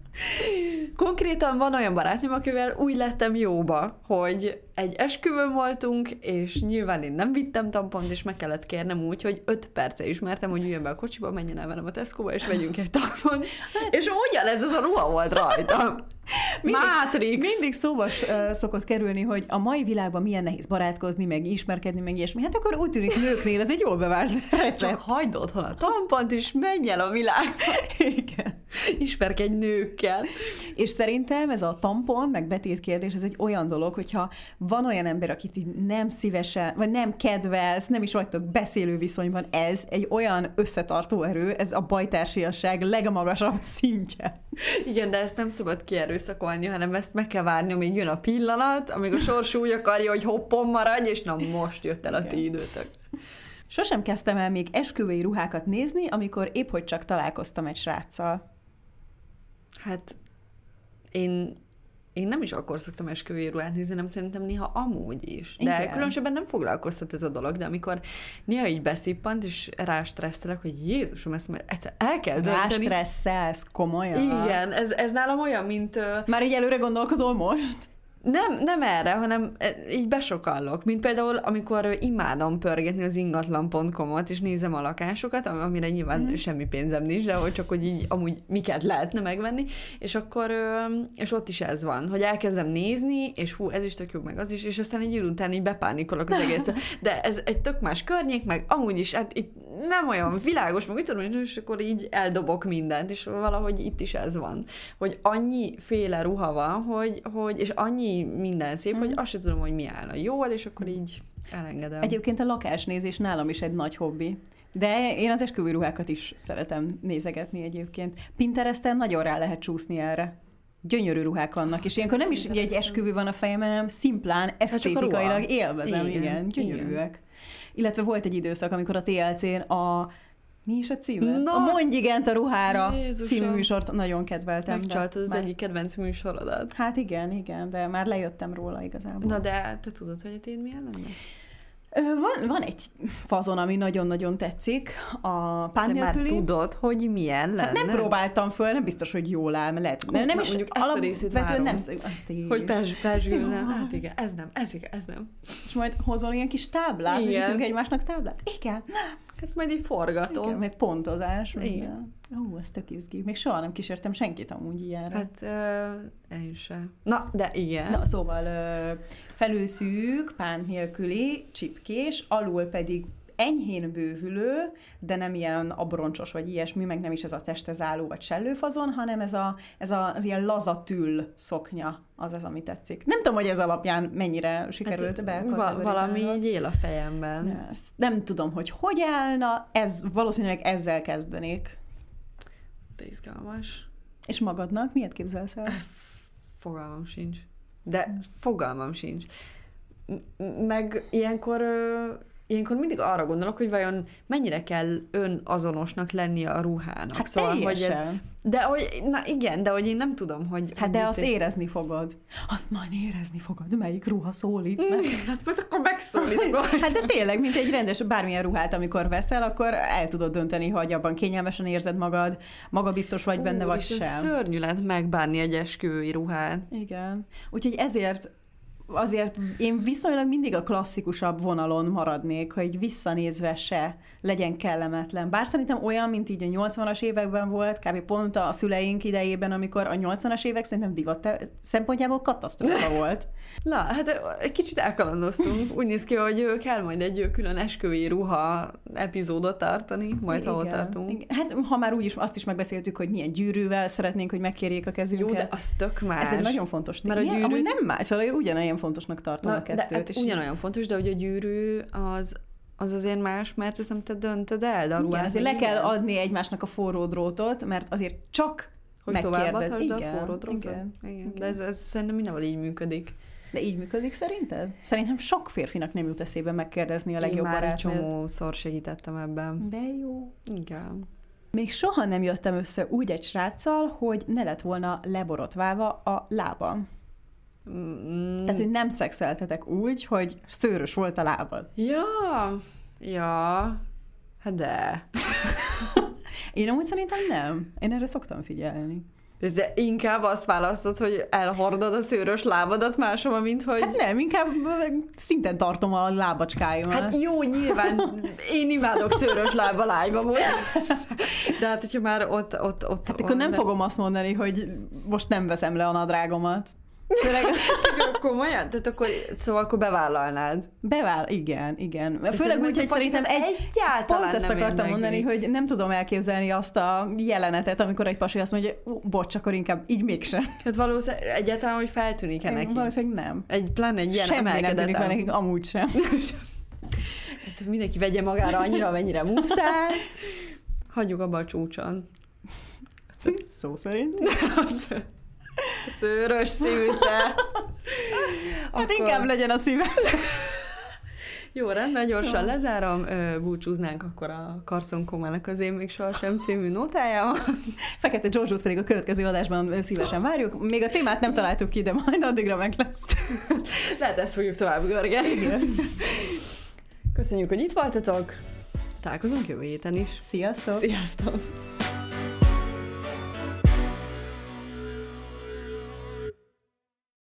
Speaker 2: Konkrétan van olyan barátnőm, akivel úgy lettem jóba, hogy egy esküvőn voltunk, és nyilván én nem vittem tampont, és meg kellett kérnem úgy, hogy öt perce ismertem, hogy üljön be a kocsiba, menjen el velem a Tesco-ba, és vegyünk egy tampont, és ugyanez az a ruha volt rajta.
Speaker 1: Mindig,
Speaker 2: Matrix!
Speaker 1: mindig szóba uh, szokott kerülni, hogy a mai világban milyen nehéz barátkozni, meg ismerkedni, meg ilyesmi. Hát akkor úgy tűnik nőknél, ez egy jól bevált recept.
Speaker 2: Csak hagyd otthon a tampont, és menj el a világba.
Speaker 1: Igen.
Speaker 2: Ismerkedj nőkkel.
Speaker 1: És szerintem ez a tampon, meg betét kérdés, ez egy olyan dolog, hogyha van olyan ember, akit így nem szívesen, vagy nem kedvelsz, nem is vagytok beszélő viszonyban, ez egy olyan összetartó erő, ez a bajtársiasság legmagasabb szintje.
Speaker 2: Igen, de ezt nem szabad kierőszakolni, hanem ezt meg kell várni, amíg jön a pillanat, amíg a sors úgy akarja, hogy hoppon maradj, és na most jött el a ti időtök.
Speaker 1: Sosem kezdtem el még esküvői ruhákat nézni, amikor épp hogy csak találkoztam egy sráccal.
Speaker 2: Hát én, én nem is akkor szoktam esküvői ruhát nézni, nem szerintem néha amúgy is. De
Speaker 1: Igen.
Speaker 2: különösebben nem foglalkoztat ez a dolog, de amikor néha így beszippant, és rástresszelek, hogy Jézusom, ezt már egyszer el kell dönteni.
Speaker 1: Rástresszelsz, komolyan?
Speaker 2: Igen, ez, ez nálam olyan, mint... Uh,
Speaker 1: Már így előre gondolkozol most?
Speaker 2: Nem, nem erre, hanem így besokallok. Mint például, amikor imádom pörgetni az ingatlan pont com-ot, és nézem a lakásokat, amire nyilván mm. semmi pénzem nincs, de hogy csak, hogy így amúgy miket lehetne megvenni, és akkor, és ott is ez van, hogy elkezdem nézni, és hú, ez is tök jó, meg az is, és aztán egy idő után így bepánikolok az egészre. De ez egy tök más környék, meg amúgy is, hát itt nem olyan világos, meg úgy tudom, és akkor így eldobok mindent, és valahogy itt is ez van. Hogy annyi féle ruha van, hogy, hogy és annyi minden szép, mm. hogy azt sem tudom, hogy mi állna jól, és akkor így elengedem.
Speaker 1: Egyébként a lakásnézés nálam is egy nagy hobbi. De én az esküvői ruhákat is szeretem nézegetni egyébként. Pinteresten nagyon rá lehet csúszni erre. Gyönyörű ruhák vannak, és ilyenkor nem is ugye egy esküvő van a fejemben, hanem szimplán esztétikailag élvezem, igen, igen gyönyörűek. Igen. Illetve volt egy időszak, amikor a té el cén a mi is a címe?
Speaker 2: Na,
Speaker 1: a Mondj igent a ruhára
Speaker 2: Jézusom.
Speaker 1: Című műsort nagyon kedveltem.
Speaker 2: Megcsaltad az
Speaker 1: már...
Speaker 2: egyik kedvenc műsorodat.
Speaker 1: Hát igen, igen, de már lejöttem róla igazából.
Speaker 2: Na de te tudod, hogy a téd milyen lenne?
Speaker 1: Van, van egy fazon, ami nagyon-nagyon tetszik, a pán nélküli.
Speaker 2: De már tudod, hogy milyen lenne?
Speaker 1: Hát nem próbáltam föl, nem biztos, hogy jól áll, mert lehet, nem, nem is
Speaker 2: mondjuk ezt a részét várom. Nem, azt
Speaker 1: is.
Speaker 2: Hogy perzsgőlne, hát igen, ez nem, ez igen, ez nem.
Speaker 1: És majd hozol ilyen kis táblát, hogy viszünk egymásnak táblát? Igen.
Speaker 2: Hát majd így forgatom.
Speaker 1: Igen, meg pontozás. Igen. Ó, ez tök izgi. Még soha nem kísértem senkit amúgy ilyenre.
Speaker 2: Hát uh, én sem. Na, de igen.
Speaker 1: Na, szóval uh, felülszűk, pánt nélküli, csipkés, alul pedig enyhén bővülő, de nem ilyen abroncsos vagy ilyesmi, meg nem is ez a testhez álló vagy sellőfazon, hanem ez, a, ez a, az ilyen laza tül szoknya, az az, ami tetszik. Nem tudom, hogy ez alapján mennyire sikerült hát,
Speaker 2: be valami így él a fejemben.
Speaker 1: Ezt nem tudom, hogy hogy állna, ez valószínűleg ezzel kezdenék.
Speaker 2: De izgalmas.
Speaker 1: És magadnak miért képzelsz el?
Speaker 2: Fogalmam sincs. De fogalmam sincs. Meg ilyenkor... Ilyenkor mindig arra gondolok, hogy vajon mennyire kell önazonosnak lennie a ruhának.
Speaker 1: Hát
Speaker 2: szóval, hogy ez, de hogy, na igen, de hogy én nem tudom, hogy...
Speaker 1: Hát de azt én... érezni fogod. Azt majd érezni fogod, melyik ruha szólít meg.
Speaker 2: Hát most akkor megszólít.
Speaker 1: Hát de tényleg, mint egy rendes bármilyen ruhát, amikor veszel, akkor el tudod dönteni, hogy abban kényelmesen érzed magad, magabiztos vagy benne, vagy sem.
Speaker 2: Szörnyű lehet megbánni egy esküvői ruhát.
Speaker 1: Igen. Úgyhogy ezért azért én viszonylag mindig a klasszikusabb vonalon maradnék, hogy visszanézve se legyen kellemetlen. Bár szerintem olyan, mint így a nyolcvanas években volt, kb. Pont a szüleink idejében, amikor a nyolcvanas évek szerintem divat szempontjából katasztrófa volt.
Speaker 2: Na, hát egy kicsit elkalandoztunk. Úgy néz ki, hogy kell majd egy külön esküvői ruha epizódot tartani, majd
Speaker 1: igen,
Speaker 2: ha ott tartunk.
Speaker 1: Igen. Hát ha már úgyis azt is megbeszéltük, hogy milyen gyűrűvel szeretnénk, hogy megkérjék a kezünket.
Speaker 2: Jó, de az tök más.
Speaker 1: Ez egy nagyon fontos tény.
Speaker 2: Mert a gyűrű...
Speaker 1: Amúgy nem más, szóval ugyanolyan fontosnak tartom
Speaker 2: Na,
Speaker 1: a kettőt.
Speaker 2: De hát ugyanolyan fontos, de hogy a gyűrű az, az azért más, mert ezt nem te döntöd el, de a ruhát...
Speaker 1: Azért le kell adni egymásnak a forró drótot, mert azért csak
Speaker 2: hogy továbbadhasd a forró drótot? Igen, igen. igen. De ez, ez szerintem mindenhol így működik.
Speaker 1: De így működik szerinted? Szerintem sok férfinak nem jut eszébe megkérdezni a legjobb barátnőt.
Speaker 2: Én már egy csomószor segítettem ebben.
Speaker 1: De jó.
Speaker 2: Igen.
Speaker 1: Még soha nem jöttem össze úgy egy sráccal, hogy ne lett volna leborotválva a lábam. Mm. Tehát, hogy nem szexeltetek úgy, hogy szőrös volt a lábad.
Speaker 2: Ja, ja, hát de.
Speaker 1: Én amúgy szerintem nem. Én erre szoktam figyelni.
Speaker 2: De inkább azt választod, hogy elhordod a szőrös lábadat máshova, mint hogy...
Speaker 1: Hát nem, inkább szinten tartom a lábacskáimat.
Speaker 2: Hát jó, nyilván én imádok szőrös lábbal ágyba volt. De hát, hogyha már ott... ott, ott
Speaker 1: hát akkor nem de... fogom azt mondani, hogy most nem veszem le a nadrágomat.
Speaker 2: Főleg, komolyan? Tehát akkor, szóval akkor bevállalnád?
Speaker 1: Beváll, igen, igen. Főleg úgy, hogy szerintem egy, pont ezt akartam mondani, hogy nem tudom elképzelni azt a jelenetet, amikor egy pasi azt mondja, hogy bocs, akkor inkább így mégsem.
Speaker 2: Hát valószínűleg egyáltalán, hogy feltűnik-e neki?
Speaker 1: Valószínűleg nem.
Speaker 2: Egy, pláne egy ilyen
Speaker 1: semmi nem tűnik fel nekik, amúgy sem.
Speaker 2: Hát mindenki vegye magára annyira, amennyire muszáj. Hagyjuk abba a csúcson.
Speaker 1: Szó szerint.
Speaker 2: Szőrös szívű te.
Speaker 1: Hát akkor... inkább legyen a szívem.
Speaker 2: Jó, rendben, gyorsan lezárom. Búcsúznánk akkor a Carson Comának az Én még sohasem című nótájával.
Speaker 1: Fekete George-ot pedig a következő adásban szívesen várjuk. Még a témát nem találtuk ki, de majd addigra meg lesz.
Speaker 2: Lehet, ezt fogjuk tovább görgetni. Köszönjük, hogy itt voltatok. Találkozunk jövő héten is.
Speaker 1: Sziasztok!
Speaker 2: Sziasztok!